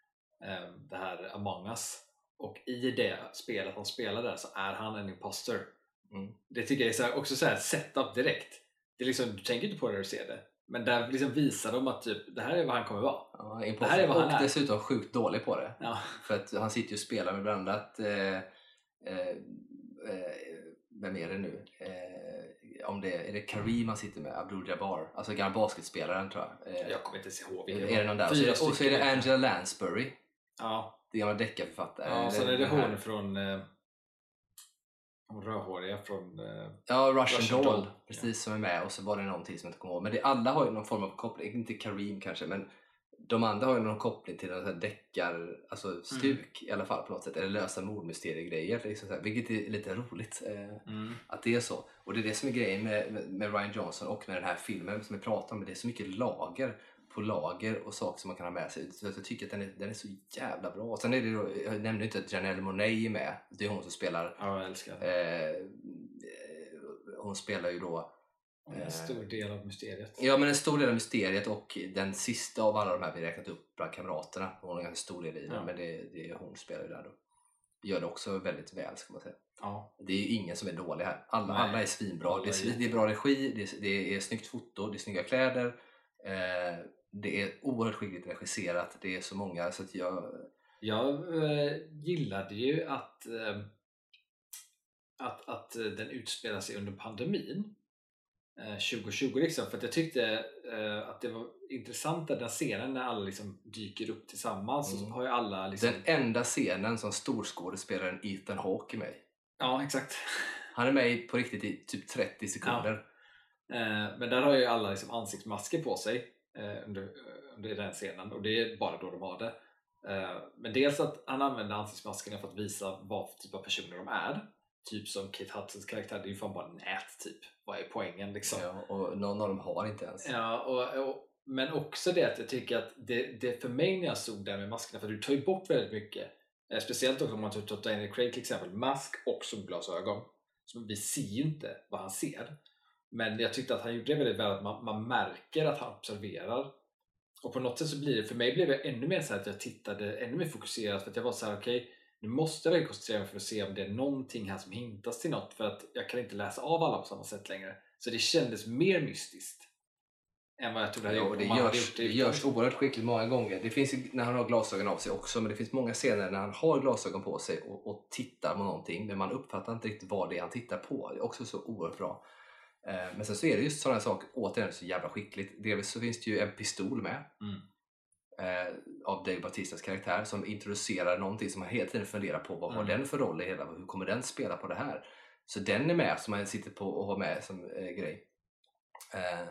um, det här Among Us, och i det spelet han spelar där så är han en imposter. Mm. Det tycker jag är så här, också så här setup direkt. Det är liksom, du tänker inte på det när du ser det, men där liksom visar de att typ, det här är vad han kommer vara. Ja, det här är vad han är. Och dessutom sjukt dålig på det. Ja. För att han sitter ju och spelar med bland annat eh, eh, eh, vem är det nu? Eh, om det är det Kareem han sitter med, Abdul Jabbar, alltså gamla basketspelaren tror jag. Eh, jag kommer inte ihåg vilken. Är det någon där? Och så, och så är det Angela Lansbury. Ja. Det gamla deckarförfattare. Ja, sen är det hon här från eh, hon rödhåriga från eh, ja, Russian, Russian Doll, Doll. Precis, ja. Som är med, och så var det någonting som jag inte kommer ihåg. Men det, alla har ju någon form av koppling, inte Kareem kanske, men de andra har ju någon koppling till en deckar, alltså stuk mm. i alla fall på något sätt, eller lösa mordmysteriegrejer liksom så här, vilket är lite roligt eh, mm. att det är så. Och det är det som är grejen med, med, med Rian Johnson och med den här filmen som vi pratar om, det är så mycket lager på lager och saker som man kan ha med sig. Så jag tycker att den är, den är så jävla bra. Och sen är det då, jag nämnde inte att Janelle Monáe är med, det är hon som spelar. Ja, jag älskar eh, hon spelar ju då en stor del av mysteriet. Ja, men en stor del av mysteriet, och den sista av alla de här vi räknat upp bland kamraterna. Hon har en ganska stor del i den, ja. Men det, det är hon spelar ju där då. gör det också väldigt väl, ska man säga. Ja. Det är ju ingen som är dålig här. Alla, alla är svinbra. Alla är det, är, det är bra regi, det är, det är snyggt foto, det är snygga kläder. Eh, det är oerhört skickligt regisserat. Det är så många så att jag... Jag eh, gillade ju att, eh, att, att den utspelar sig under pandemin. tjugo tjugo liksom, för att jag tyckte eh, att det var intressant den scenen när alla liksom dyker upp tillsammans. Mm. Och så har ju alla liksom... Den enda scenen som storskådespelaren Ethan Hawke är med i. Ja, exakt. Han är med på riktigt i typ trettio sekunder. Ja. Eh, men där har ju alla liksom ansiktsmasker på sig eh, under, under den scenen, och det är bara då de har det. Eh, men dels att han använder ansiktsmaskerna för att visa vad för typ av personer de är. Typ som Kate Hudsons karaktär, det är ju fan bara nät typ. Vad är poängen liksom? Ja, och någon av dem har inte ens. Ja, och, och, men också det att jag tycker att det, det för mig när jag såg där med maskerna, för du tar ju bort väldigt mycket. Eh, speciellt också om man tar Daniel Craig till exempel, mask och solglasögon. Så vi ser ju inte vad han ser. Men jag tyckte att han gjorde det väldigt väl, att man, man märker att han observerar. Och på något sätt så blir det, för mig blev jag ännu mer så här att jag tittade ännu mer fokuserat, för att jag var så här: okej, okay, nu måste jag koncentrera mig för att se om det är någonting här som hintas till något, för att jag kan inte läsa av alla på samma sätt längre. Så det kändes mer mystiskt än vad jag trodde. Ja, och det, görs, det, det görs oerhört skickligt många gånger. Det finns ju när han har glasögon av sig också, men det finns många scener när han har glasögon på sig och, och tittar på någonting, men man uppfattar inte riktigt vad det är han tittar på. Det är också så oerhört bra. Eh, men sen så är det just sådana saker, återigen så jävla skickligt. Delvis så finns det ju en pistol med. Mm. Eh, av Dave Bautistas karaktär som introducerar någonting som man hela tiden funderar på. Vad mm. har den för roll i hela? Hur kommer den spela på det här? Så den är med, som man sitter på och har med som eh, grej. Eh,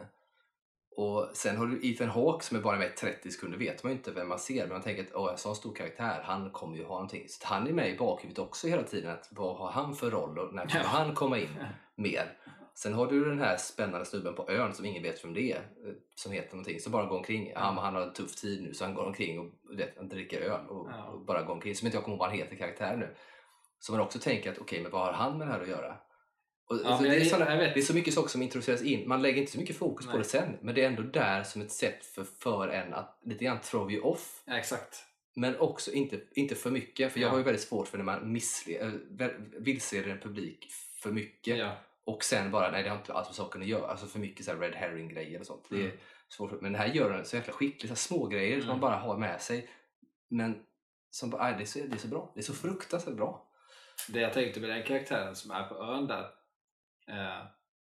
och sen har du Ethan Hawke som är bara med i trettio sekunder, vet man ju inte vem man ser, men man tänker att åh, en sån stor karaktär, han kommer ju ha någonting. Så han är med i bakhuvudet också hela tiden, att vad har han för roll och när kommer han komma in mer? Sen har du den här spännande snubben på ön som ingen vet vem det är, som heter någonting, som bara går omkring. Ja, men han har en tuff tid nu, så han går omkring och vet, han dricker öl och, ja. och bara går omkring, som inte jag kommer ihåg vad han heter karaktär nu. Så man också tänker att okej, okay, men vad har han med det här att göra? Och, ja, alltså, det, är såna, det är så mycket saker som introduceras in. Man lägger inte så mycket fokus Nej. på det sen, men det är ändå där som ett sätt för, för en att lite grann throw you off. Ja, exakt. Men också inte, inte för mycket, för jag ja. har ju väldigt svårt för när man missle- vilseleder en publik för mycket. Ja. Och sen bara, nej det har inte alls med saken att göra. Alltså för mycket så här red herring grejer och sånt. Mm. Det är svårt. Men det här gör den så jäkla skickligt. Så små grejer mm. som man bara har med sig. Men som bara, nej, det, är så, det är så bra. Det är så fruktansvärt bra. Det jag tänkte med den karaktären som är på ön där. Eh,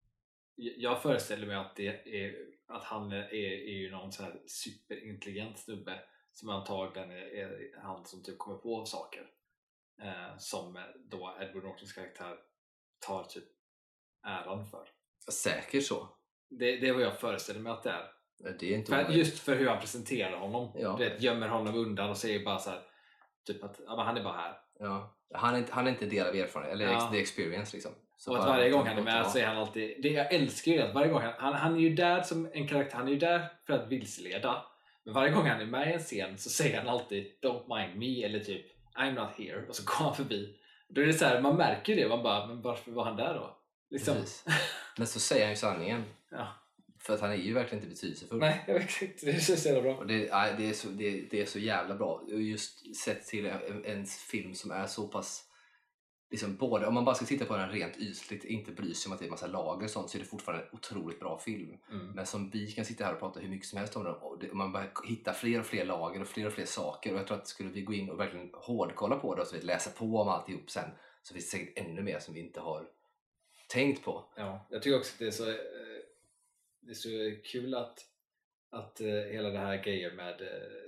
jag föreställer mig att, det är, att han är, är ju någon så här superintelligent snubbe. Som antagligen är, är han som typ kommer på saker. Eh, som då Edward Nortons karaktär tar typ äran för. Säkert så. Det, det är vad jag föreställer mig att det är. Det är inte för, just för hur han presenterar honom. Ja. Det gömmer honom undan och säger bara så här, typ att ja, men han är bara här. Ja. Han är inte, han är inte del av erfarenhet eller ja. the experience liksom. Så och att varje gång han är med så är han alltid, det jag älskar ju att varje gång han, han, han är ju där som en karaktär, han är ju där för att vilseleda. Men varje gång han är med i en scen så säger han alltid don't mind me eller typ I'm not here, och så går han förbi. Då är det så här, man märker det, man bara, men varför var han där då? Liksom. Men så säger han ju sanningen. Ja. För att han är ju verkligen inte betydelsefull. Nej, jag vet inte. Det är så jävla bra. Och det, det, är så, det, det är så jävla bra. Just sett till en, en film som är så pass liksom både, om man bara ska titta på den rent ytligt, inte bry sig om att det är massa lager och sånt, så är det fortfarande en otroligt bra film. Mm. Men som vi kan sitta här och prata hur mycket som helst om den, och det, man bara hittar fler och fler lager och fler och fler saker, och jag tror att skulle vi gå in och verkligen hårdkolla på det och så vi läsa på om alltihop sen, så finns det säkert ännu mer som vi inte har tänkt på. Ja, jag tycker också att det är så, det är så kul att, att hela det här grejen med,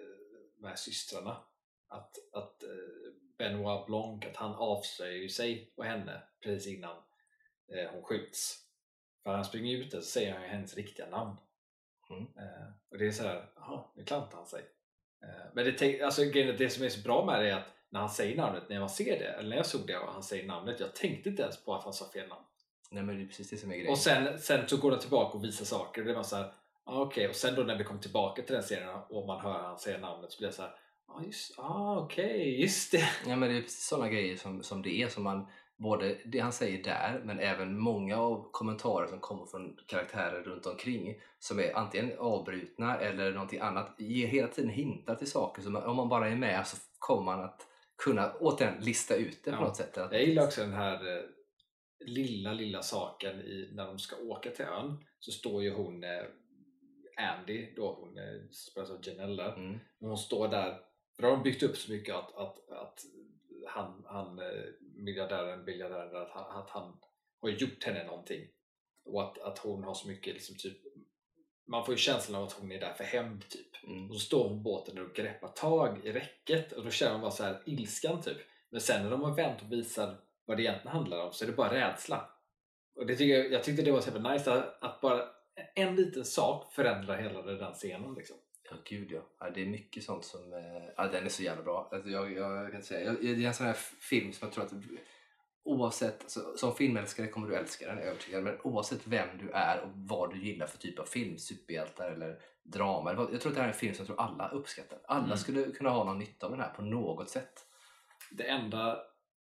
med systrarna, att, att Benoit Blanc, att han avslöjar ju sig och henne precis innan eh, hon skjuts. För han springer ut och så säger han hennes riktiga namn. Mm. Eh, och det är så här, jaha, nu klantar han sig. Eh, men det, alltså, det som är så bra med det är att när han säger namnet, när man ser det, eller när jag såg det och han säger namnet, jag tänkte inte ens på att han sa fel namn. Nej, men det är precis det som är grejen. Och sen, sen så går han tillbaka och visar saker, och det var så här, ah, okej, okay. Och sen då när vi kommer tillbaka till den serien och man hör han säga namnet, så blir det så här, ah, just, ah, okej, okay, just det. Ja, men det är precis sådana grejer som, som det är, som man, både det han säger där, men även många av kommentarer som kommer från karaktärer runt omkring, som är antingen avbrutna eller någonting annat, ger hela tiden hintar till saker, så man, om man bara är med så kommer man att kunna återigen lista ut det ja. på något sätt. Att... Jag gillar också den här eh, lilla, lilla saken i, när de ska åka till ön, så står ju hon eh, Andy, då hon eh, spelas av Janelle där, mm. hon står där, för då har de byggt upp så mycket att, att, att han, han miljardären, miljardären att han, att han har gjort henne någonting, och att, att hon har så mycket liksom, typ, man får ju känslan av att hon är där för hämnd typ. Mm. Och så står hon på båten och greppar tag i räcket, och då känner man bara så här ilskan typ. Men sen när de har vänt och visar vad det egentligen handlar om, så är det bara rädsla. Och det tycker jag, jag tyckte det var så nice att, att bara en liten sak förändrar hela den scenen liksom. Ja gud ja. ja, det är mycket sånt som ja, den är så jävla bra. Alltså, jag, jag kan säga, jag, det är en sån här film som jag tror att oavsett, alltså, som filmälskare kommer du älska den, är övertygad, men oavsett vem du är och vad du gillar för typ av film, superhjältar eller drama, jag tror att det här är en film som jag tror alla uppskattar. Alla mm. skulle kunna ha någon nytta av den här på något sätt. Det enda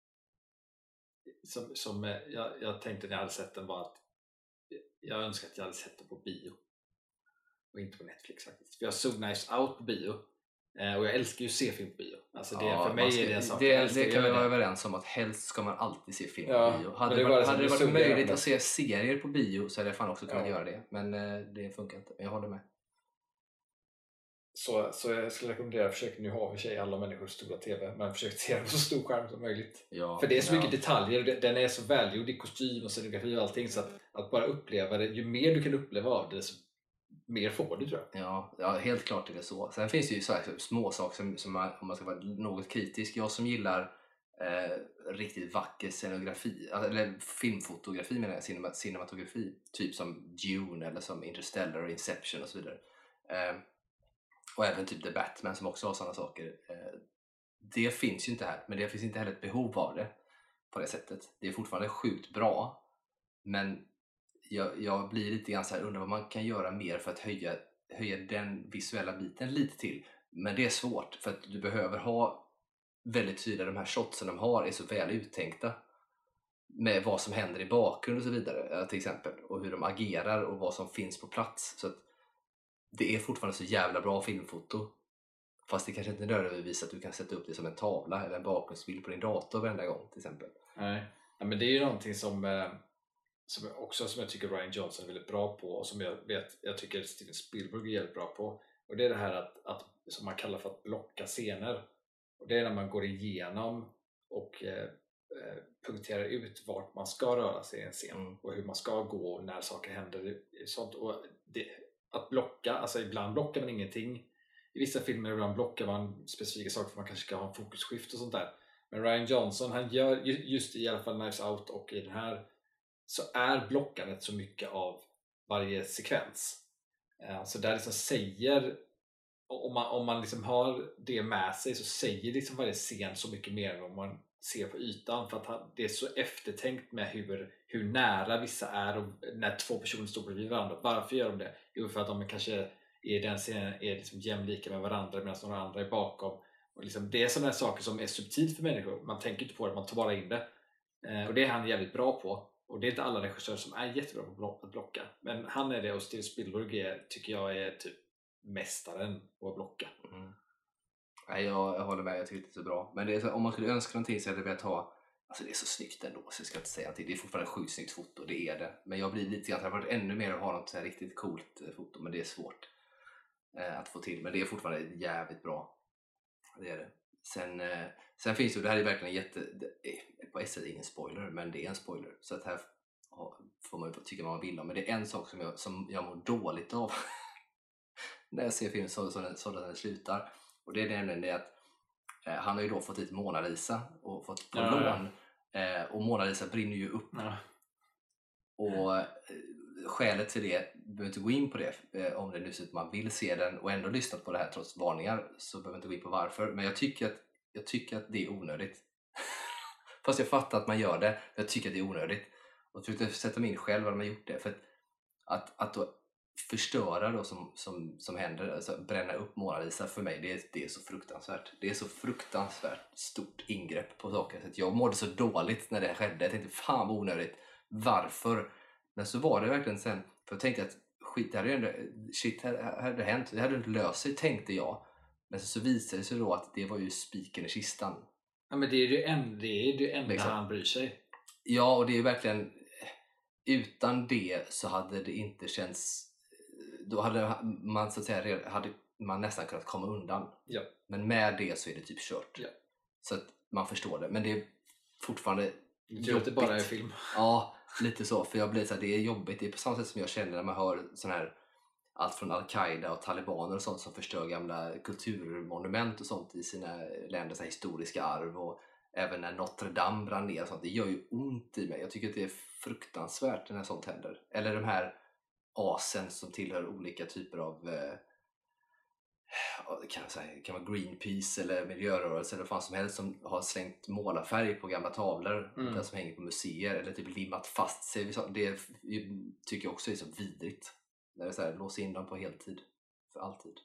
som, som jag, jag tänkte när jag hade sett den var att jag önskar att jag hade sett den på bio och inte på Netflix faktiskt. För jag såg Knives Out på bio, eh, och jag älskar ju att se film på bio. Alltså det, ja, för mig ska, är det en sak. Det, det kan vi vara det. överens om, att helst ska man alltid se film ja, på bio. Hade det, var, hade det varit möjligt att se serier på bio så hade jag fan också kunnat ja. göra det. Men eh, det funkar inte. Men jag håller med. Så, så jag skulle rekommendera, försök nu ha för sig alla människors stora tv, men försök se den på så stor skärm som möjligt. Ja, för det är så ja. mycket detaljer, den är så välgjord i kostym och scenografi och allting, så att, att bara uppleva det, ju mer du kan uppleva av det, så mer får du tror jag. Ja, ja, helt klart är det så. Sen finns det ju så här små saker som, som man, om man ska vara något kritisk, jag som gillar eh, riktigt vacker scenografi, eller filmfotografi menar jag, cinematografi, typ som Dune eller som Interstellar och Inception och så vidare. Eh, och även typ The Batman som också har sådana saker. Eh, det finns ju inte här, men det finns inte heller ett behov av det på det sättet. Det är fortfarande sjukt bra, men Jag, jag blir lite grann så här, undrar vad man kan göra mer för att höja, höja den visuella biten lite till. Men det är svårt, för att du behöver ha väldigt tydliga, de här shotsen de har är så väl uttänkta med vad som händer i bakgrund och så vidare till exempel, och hur de agerar och vad som finns på plats. Så att det är fortfarande så jävla bra filmfoto, fast det kanske inte nödvändigtvis att du kan sätta upp det som en tavla eller en bakgrundsbild på din dator varenda gång till exempel. Nej, ja, men det är ju någonting som eh... som jag också som jag tycker Rian Johnson är väldigt bra på, och som jag vet jag tycker Steven Spielberg är väldigt bra på, och det är det här att, att som man kallar för att blocka scener, och det är när man går igenom och eh, punkterar ut vart man ska röra sig i en scen mm. och hur man ska gå och när saker händer sånt. Och det, att blocka, alltså ibland blockar man ingenting i vissa filmer, ibland blockar man specifika saker för man kanske ska ha en fokusskift och sånt där, men Rian Johnson, han gör just i alla fall Knives Out och i den här, så är blockandet så mycket av varje sekvens. Så där liksom säger, om man, om man liksom har det med sig, så säger liksom varje scen så mycket mer än om man ser på ytan, för att det är så eftertänkt med hur, hur nära vissa är och när två personer står bredvid varandra. Varför gör de det? Jo, för att de kanske i den scenen är liksom jämlika med varandra medan några andra är bakom. Och liksom, det är sådana saker som är subtilt för människor. Man tänker inte på det, man tar bara in det. Och det är han jävligt bra på. Och det är inte alla regissörer som är jättebra på att blocka, men han är det, och Steven Spielberg är, tycker jag är typ mästaren på att blocka. Mm. Nej, jag, jag håller med, jag tycker det är så bra. Men det är så, om man skulle önska någonting så hade jag velat ha, alltså det är så snyggt ändå så jag ska inte säga någonting. Det är fortfarande sjukt snyggt foto, det är det. Men jag blir lite grann, det har varit ännu mer att ha något så här riktigt coolt foto, men det är svårt eh, att få till. Men det är fortfarande jävligt bra, det är det. Sen, eh, sen finns det, det här är verkligen en jätte, det är, på ett sätt ingen spoiler, men det är en spoiler. Så att här får man ju tycka vad man vill om. Men det är en sak som jag, som jag mår dåligt av när jag ser filmen så, så, så den slutar. Och det är nämligen det att eh, han har ju då fått hit Mona Lisa och fått på ja, lån. Ja. Eh, och Mona Lisa brinner ju upp. Ja. Och eh, skälet till det, behöver inte gå in på det eh, om det nu så att man vill se den och ändå lyssnat på det här trots varningar, så behöver inte gå in på varför. Men jag tycker att, jag tycker att det är onödigt. Fast jag fattar att man gör det, jag tycker att det är onödigt. Och försökte sätta mig in själv vad man gjort det. För att, att, att då förstöra då som, som, som händer, alltså bränna upp Mona Lisa, för mig det är, det är så fruktansvärt. Det är så fruktansvärt stort ingrepp på saker. Så att jag mådde så dåligt när det skedde. Jag tänkte fan vad onödigt. Varför? Men så var det verkligen sen. För jag tänkte att skit, det hade ju ändå, shit, här, här hade det hänt. Det hade inte löst sig, tänkte jag. Men så, så visade det sig då att det var ju spiken i kistan. Ja, men det är ju en, det är det enda liksom. Han bryr sig. Ja, och det är verkligen, utan det så hade det inte känts, då hade man så att säga hade man nästan kunnat komma undan. Ja. Men med det så är det typ kört. Ja. Så att man förstår det. Men det är fortfarande jobbigt. Att det bara är film. Ja, lite så. För jag blir så här, det är jobbigt. Det är på samma sätt som jag känner när man hör sån här, allt från Al-Qaida och talibaner och sånt som förstör gamla kulturmonument och sånt i sina länder, så här historiska arv, och även när Notre Dame brann ner och sånt. Det gör ju ont i mig. Jag tycker att det är fruktansvärt när sånt händer. Eller de här asen som tillhör olika typer av eh, det kan, säga, kan vara Greenpeace eller miljörörelse eller vad fan som helst, som har slängt målarfärg på gamla tavlor mm. där som hänger på museer, eller typ limmat fast sig. Det tycker jag också är så vidrigt. När det är så här, låsa in dem på heltid för alltid.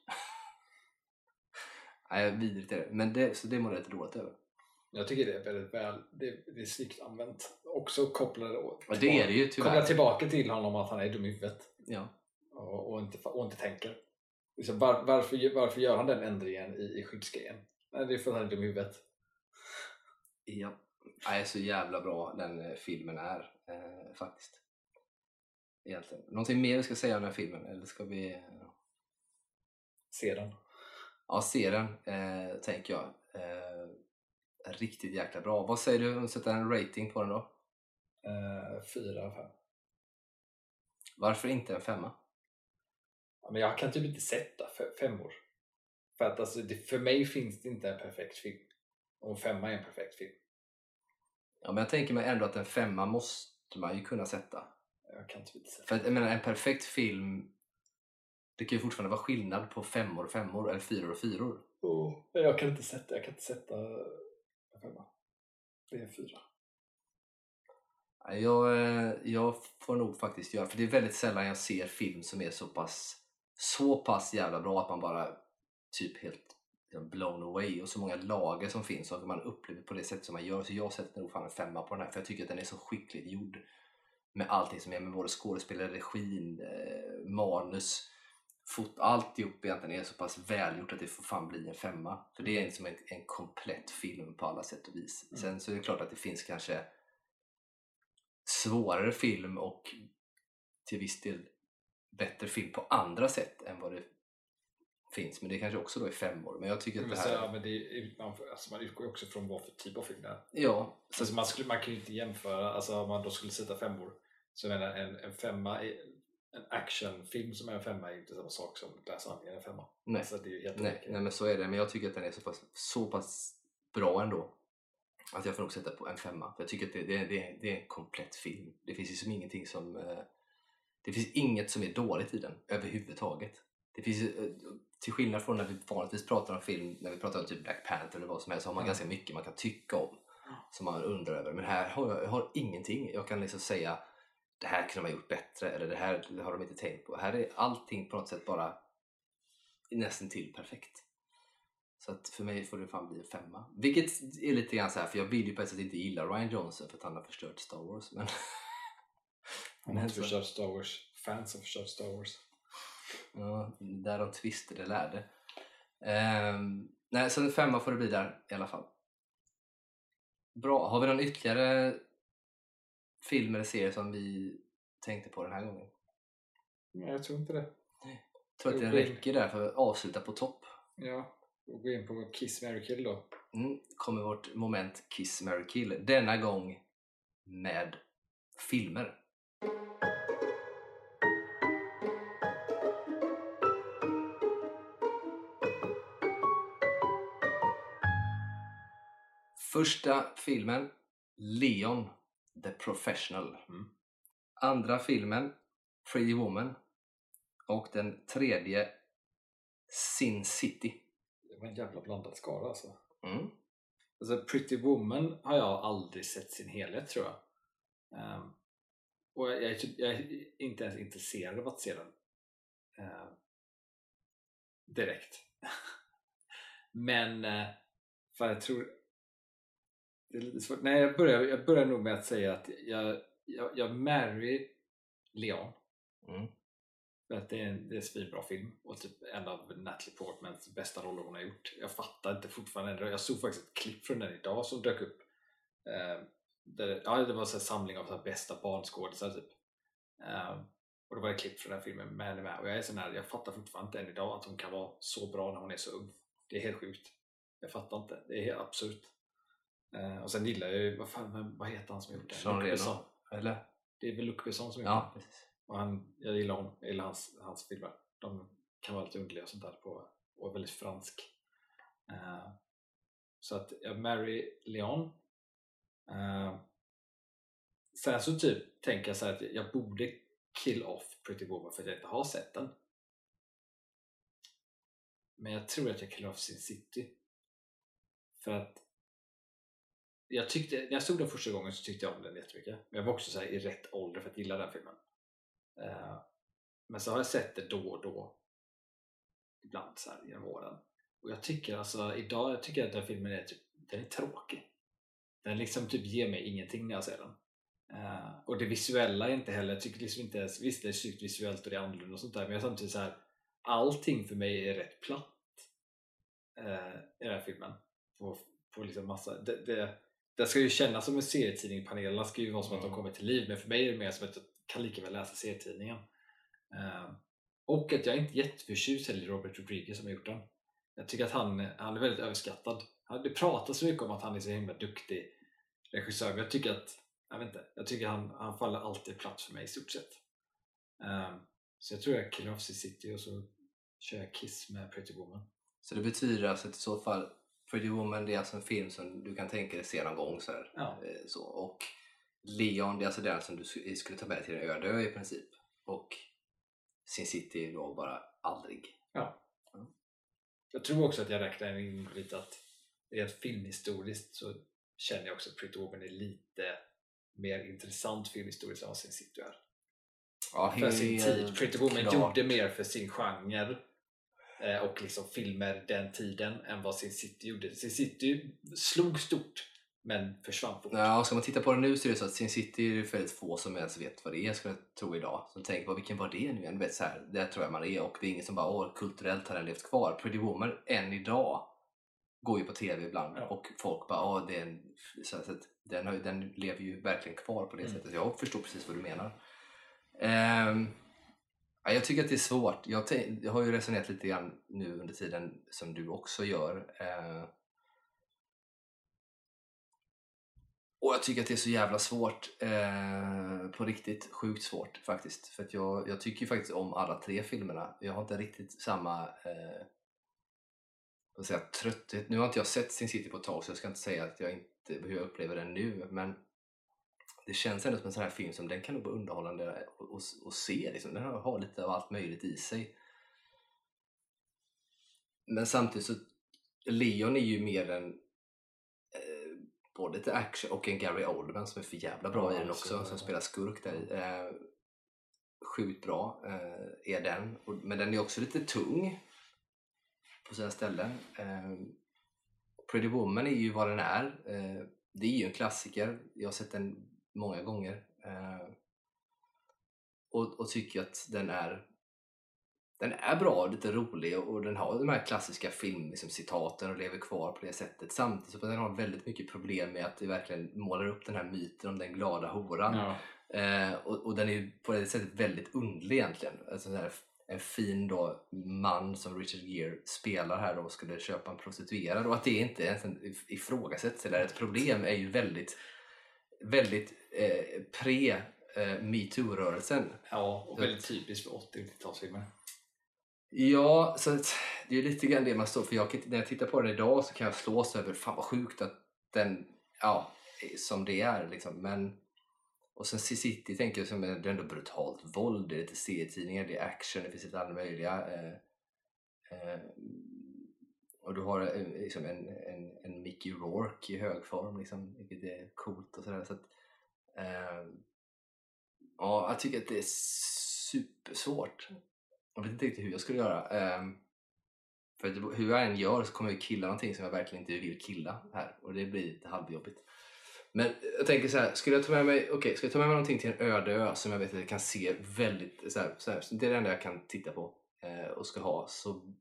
Nej, vidrigt är det. Men det, så det mår jag lite dåligt över. Jag tycker det är väldigt väl, det, det är snyggt använt. Också kopplade åt. Ja, det är det ju tyvärr. Koppla tillbaka till honom att han är dum i huvudet. Ja. Och, och, inte, och inte tänker. Liksom, var, varför, varför gör han den ändringen i, i skyddsgrejen? Nej, det är för att han är dum i huvudet. Ja. Nej, så jävla bra den eh, filmen är eh, faktiskt. Egentligen. Någonting mer vi ska säga om den här filmen? Eller ska vi... Eh... Se den. Ja, se den eh, tänker jag. Eh, riktigt jäkla bra. Vad säger du om att sätta en rating på den då? Eh, fyra av fem. Varför inte en femma? Ja, men jag kan typ inte sätta femmor. För att alltså, det, för mig finns det inte en perfekt film. Och en femma är en perfekt film. Ja, men jag tänker mig ändå att en femma måste man ju kunna sätta. Jag kan typ inte sätta. För att, jag menar, en perfekt film, det kan ju fortfarande vara skillnad på femmor och femmor eller fyror och fyror. Oh, jag kan inte sätta, jag kan inte sätta en femma. Det är en fyra. Jag, jag får nog faktiskt göra, för det är väldigt sällan jag ser film som är så pass så pass jävla bra att man bara typ helt blown away, och så många lager som finns och att man upplever på det sätt som man gör. Så jag sätter nog fan en femma på den här, för jag tycker att den är så skickligt gjord med allting som är med både skådespelare, regin, eh, manus, fot, alltihop egentligen är så pass välgjort att det får fan bli en femma. För det är liksom en, en komplett film på alla sätt och vis. Mm. Sen så är det klart att det finns kanske svårare film och till viss del bättre film på andra sätt än vad det finns, men det kanske också då är femmor. Men jag tycker att men det här... Så, ja, men det är, man, alltså man utgår ju också från vad för typ av film det är. Ja. Så alltså man, skulle, man kan ju inte jämföra, alltså om man då skulle sätta femmor, så menar en, en femma är, en actionfilm som är en femma är inte samma sak som Glass Onion är en femma. Nej. Alltså det är ju helt nej, nej, men så är det. Men jag tycker att den är så pass, så pass bra ändå att jag får nog sätta på en femma. För jag tycker att det, det, det, det är en komplett film. Det finns ju som ingenting som... Det finns inget som är dåligt i den överhuvudtaget. Det finns, till skillnad från när vi vanligtvis pratar om film, när vi pratar om typ Black Panther eller vad som helst, så har man mm. ganska mycket man kan tycka om som man undrar över. Men här har jag, jag har ingenting. Jag kan liksom säga det här kunde man gjort bättre, eller det här det har de inte tänkt på. Här är allting på något sätt bara nästan till perfekt. Så att för mig får det fan bli en femma. Vilket är lite grann så här, för jag vill ju på ett sätt inte gilla Rian Johnson för att han har förstört Star Wars. Men han har inte förstört Star Wars. Fans har förstört Star Wars. Ja, där de tvistade lärde. Um, nej, så en femma får det bli där i alla fall. Bra, har vi någon ytterligare film eller serie som vi tänkte på den här gången? Nej, jag tror inte det. Jag tror att det räcker där för att avsluta på topp. Ja, och gå in på Kiss, Marry, Kill då. Mm, kommer vårt moment Kiss, Marry, Kill. Denna gång med filmer. Första filmen, Leon, The Professional. Mm. Andra filmen, Pretty Woman. Och den tredje, Sin City. Det var en jävla blandad skara alltså. Mm. Alltså Pretty Woman har jag aldrig sett sin helhet, tror jag. Um, och jag, jag, jag är inte ens intresserad av att se den uh, direkt. Men uh, för jag tror det är lite svårt. Nej, jag börjar, jag börjar nog med att säga att jag, jag, jag marry Leon. Mm. För att det är en, det är en svinbra film och typ en av Natalie Portmans bästa roller hon har gjort. Jag fattar inte fortfarande. Jag såg faktiskt ett klipp från den idag som dök upp. Eh, där, ja, det var en samling av så här bästa barnskådisar typ. Eh, och det var ett klipp från den filmen med henne med. Och jag är sån här, jag fattar fortfarande inte än idag att hon kan vara så bra när hon är så ung. Det är helt sjukt. Jag fattar inte. Det är helt absurt. Eh, och sen gillar jag ju, vad fan, men, vad heter han som gjort det? Jean Reno, eller? Det är väl Luc Besson som gjort ja, det. Och han, jag gillar honom, jag gillar hans, hans filmer. De kan vara lite underliga och sånt där på, och väldigt fransk. Uh, så att jag Mary Leon. Uh, sen så typ tänker jag så här att jag borde kill off Pretty Woman för att jag inte har sett den. Men jag tror att jag kill off Sin City. För att jag tyckte, när jag såg den första gången så tyckte jag om den jättemycket. Men jag var också så här i rätt ålder för att gilla den filmen. Uh, men så har jag sett det då och då. Ibland så här genom åren. Och jag tycker alltså idag, jag tycker att den filmen är typ, den är tråkig. Den liksom typ ger mig ingenting när jag ser den. Uh, och det visuella är inte heller, jag tycker liksom inte ens, visst det är sykt visuellt och det är annorlunda och sånt där. Men jag samtidigt så här, allting för mig är rätt platt. Uh, I den här filmen. På, på liksom massa, det, det, det ska ju kännas som en serietidning. Panelerna ska ju vara som att de kommer till liv. Men för mig är det mer som att jag kan lika väl läsa serietidningen. Uh, och att jag är inte jätteförtjust i Robert Rodriguez som har gjort den. Jag tycker att han, han är väldigt överskattad. Det pratas så mycket om att han är så himla duktig regissör. Men jag tycker att jag vet inte, jag tycker han, han faller alltid plats för mig i stort sett. Um, så jag tror jag killar off Sin City och så kör jag Kiss med Pretty Woman. Så det betyder alltså att i så fall Pretty Woman, det är alltså en film som du kan tänka dig se någon gång så här. Ja. Så, och Leon, det är alltså den som du skulle ta med till en öde ö i princip. Och Sin City är då bara aldrig. Ja. Mm. Jag tror också att jag räknar in lite att rent filmhistoriskt så känner jag också att Pretty Woman är lite mer intressant filmhistoriskt än vad Sin City är. Ja, för sin tid. Pretty Woman klart. gjorde mer för sin genre eh, och liksom filmer den tiden än vad Sin City gjorde. Sin City slog stort men försvann fort. Ja, ska man titta på det nu så är det så att Sin City är det väldigt få som ens vet vad det är, skulle jag tro idag. Så tänk på vilken var det nu igen? Vet, så här, det tror jag man är, och det är ingen som bara åh, kulturellt har den levt kvar. Pretty Woman än idag går ju på tv ibland, ja. Och folk bara åh, det är en, så här, så att den, har, den lever ju verkligen kvar på det mm. sättet. Jag förstår precis vad du menar. Um, ja, jag tycker att det är svårt. Jag, te- jag har ju resonerat lite grann nu under tiden som du också gör. Uh, Och jag tycker att det är så jävla svårt, eh, på riktigt sjukt svårt faktiskt. För att jag, jag tycker ju faktiskt om alla tre filmerna. Jag har inte riktigt samma eh, vad säga, trötthet. Nu har inte jag sett Sin City på ett tag så jag ska inte säga att jag inte behöver uppleva den nu. Men det känns ändå som en sån här film som den kan nog vara underhållande att se. Liksom. Den har lite av allt möjligt i sig. Men samtidigt så, Leon är ju mer en både lite action och en Gary Oldman som är för jävla bra ja, i den också, som, som spelar skurk där i. Eh, sjukt bra eh, är den, och, men den är också lite tung på sina ställen. Eh, Pretty Woman är ju vad den är. Eh, det är ju en klassiker, jag har sett den många gånger eh, och, och tycker att den är Den är bra, lite rolig, och den har de här klassiska filmcitaten liksom, och lever kvar på det sättet. Samtidigt så den har väldigt mycket problem med att det verkligen målar upp den här myten om den glada horan. Ja. Eh, och, och den är ju på det sättet väldigt underlig egentligen. Alltså, här, en fin då, man som Richard Gere spelar här då, och skulle köpa en prostituerad. Och att det inte ens ifrågasätts eller ett problem är ju väldigt, väldigt eh, pre eh, MeToo-rörelsen. Ja, och väldigt typiskt för åttio-nittiotalsfilmer. Ja, så det är lite grann det man står för. Jag, när jag tittar på den idag så kan jag slås över, fan vad sjukt att den, ja, som det är liksom. Men, och sen Sin City tänker jag som är det är ändå brutalt våld, det är lite serietidningar, det är action, det finns lite alla möjliga. Eh, eh, och du har eh, liksom en, en, en Mickey Rourke i hög form, liksom, vilket är coolt och sådär. Så att, eh, ja, jag tycker att det är supersvårt. Jag vet inte riktigt hur jag skulle göra. Um, för att hur jag än gör så kommer jag killa någonting som jag verkligen inte vill killa här. Och det blir lite halvjobbigt. Men jag tänker så här, skulle jag ta med mig, okej, okay, ska jag ta med mig någonting till en öde ö som jag vet att jag kan se väldigt, så här, så här, det är det enda jag kan titta på eh, och ska ha, så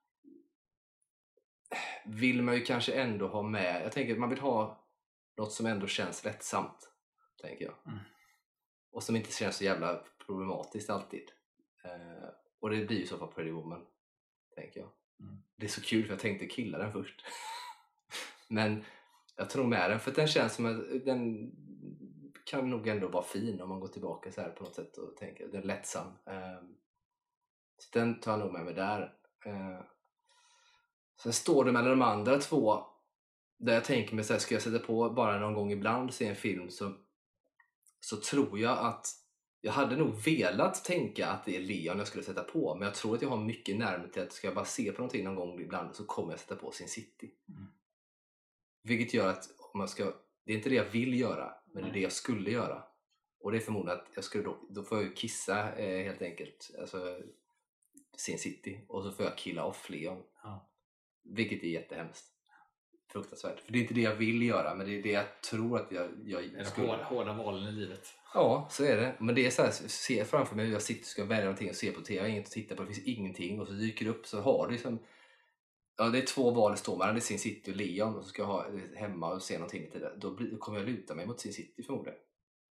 vill man ju kanske ändå ha med, jag tänker att man vill ha något som ändå känns lättsamt, tänker jag. Mm. Och som inte känns så jävla problematiskt alltid. Eh, och det blir ju så för Pretty Woman, tänker jag. Mm. Det är så kul för jag tänkte killa den först. Men jag tror med den, för att den känns som att den kan nog ändå vara fin om man går tillbaka så här på något sätt och tänker, den är lättsam. Eh, så den tar jag nog med mig där. Eh, sen står det mellan de andra två där jag tänker mig så här, ska jag sätta på bara någon gång ibland och se en film, så, så tror jag att jag hade nog velat tänka att det är Leon jag skulle sätta på, men jag tror att jag har mycket närmare till att ska jag bara se på någonting någon gång ibland så kommer jag sätta på Sin City. Mm. Vilket gör att om jag ska, det är inte det jag vill göra, men det är det jag skulle göra. Och det är förmodligen att jag skulle då, då får jag kissa eh, helt enkelt, alltså Sin City, och så får jag killa off Leon. Ja. Vilket är jättehemskt. Fruktansvärt. För det är inte det jag vill göra, men det är det jag tror att jag, jag är skulle... Hårda, hårda valen i livet. Ja, så är det. Men det är så här, se framför mig hur jag sitter och ska välja någonting och se på tv. Jag har inget att titta på, det finns ingenting. Och så dyker det upp, så har du liksom... Ja, det är två val det står mellan, det är Sin City och Leon. Och så ska jag ha hemma och se någonting lite där. Då, blir, då kommer jag luta mig mot Sin City förmodligen.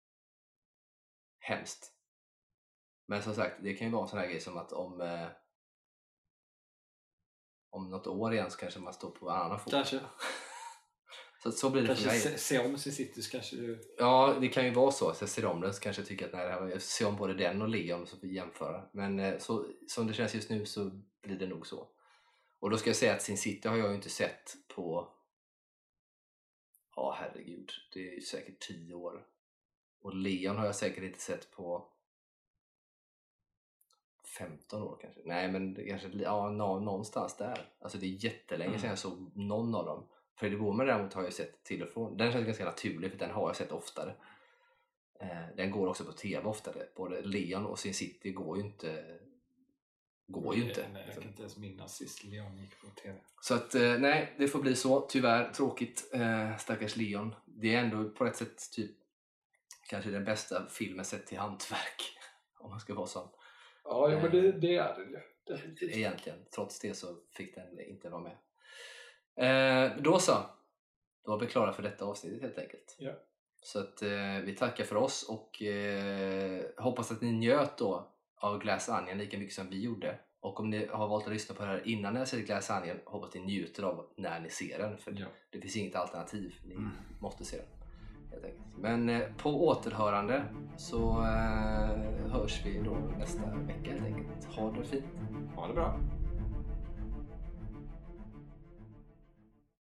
Hemskt. Men som sagt, det kan ju vara en sån här grej som att om... Eh, om något år igen så kanske man står på annan fot. Kanske. Så, så blir det kanske för mig. Se, se om Sin City så kanske du... Ja, det kan ju vara så. Så jag ser om den så kanske jag tycker att nej, det här, jag ser om både den och Leon så vi jämföra. Men så, som det känns just nu så blir det nog så. Och då ska jag säga att Sin City har jag ju inte sett på... Ja, herregud. Det är ju säkert tio år. Och Leon har jag säkert inte sett på... femton år kanske. Nej, men det kanske, ja, någonstans där. Alltså det är jättelänge mm. sedan jag såg någon av dem. Pretty Woman däremot har jag sett till och från. Den känns ganska naturlig för den har jag sett oftare. Eh, den går också på tv oftare. Både Leon och Sin City går ju inte går ju nej, inte. Nej, jag kan inte ens minnas sist Leon gick på tv. Så att eh, nej, det får bli så. Tyvärr, tråkigt. Eh, stackars Leon. Det är ändå på ett sätt typ kanske den bästa filmen sett till hantverk. Om man ska vara sån. Ja, ja men det, det är det ju. Definitivt. Egentligen. Trots det så fick den inte vara med. Eh, då så. Då var vi klara för detta avsnittet helt enkelt. Ja. Så att eh, vi tackar för oss och eh, hoppas att ni njöt då av Glass Onion lika mycket som vi gjorde. Och om ni har valt att lyssna på det här innan ni har sett Glass Onion, hoppas att ni njuter av när ni ser den. För ja. Det finns inget alternativ. Ni mm. måste se den. Helt enkelt. Men eh, på återhörande så eh, hörs vi då nästa vecka helt enkelt. Ha det fint. Ha det bra.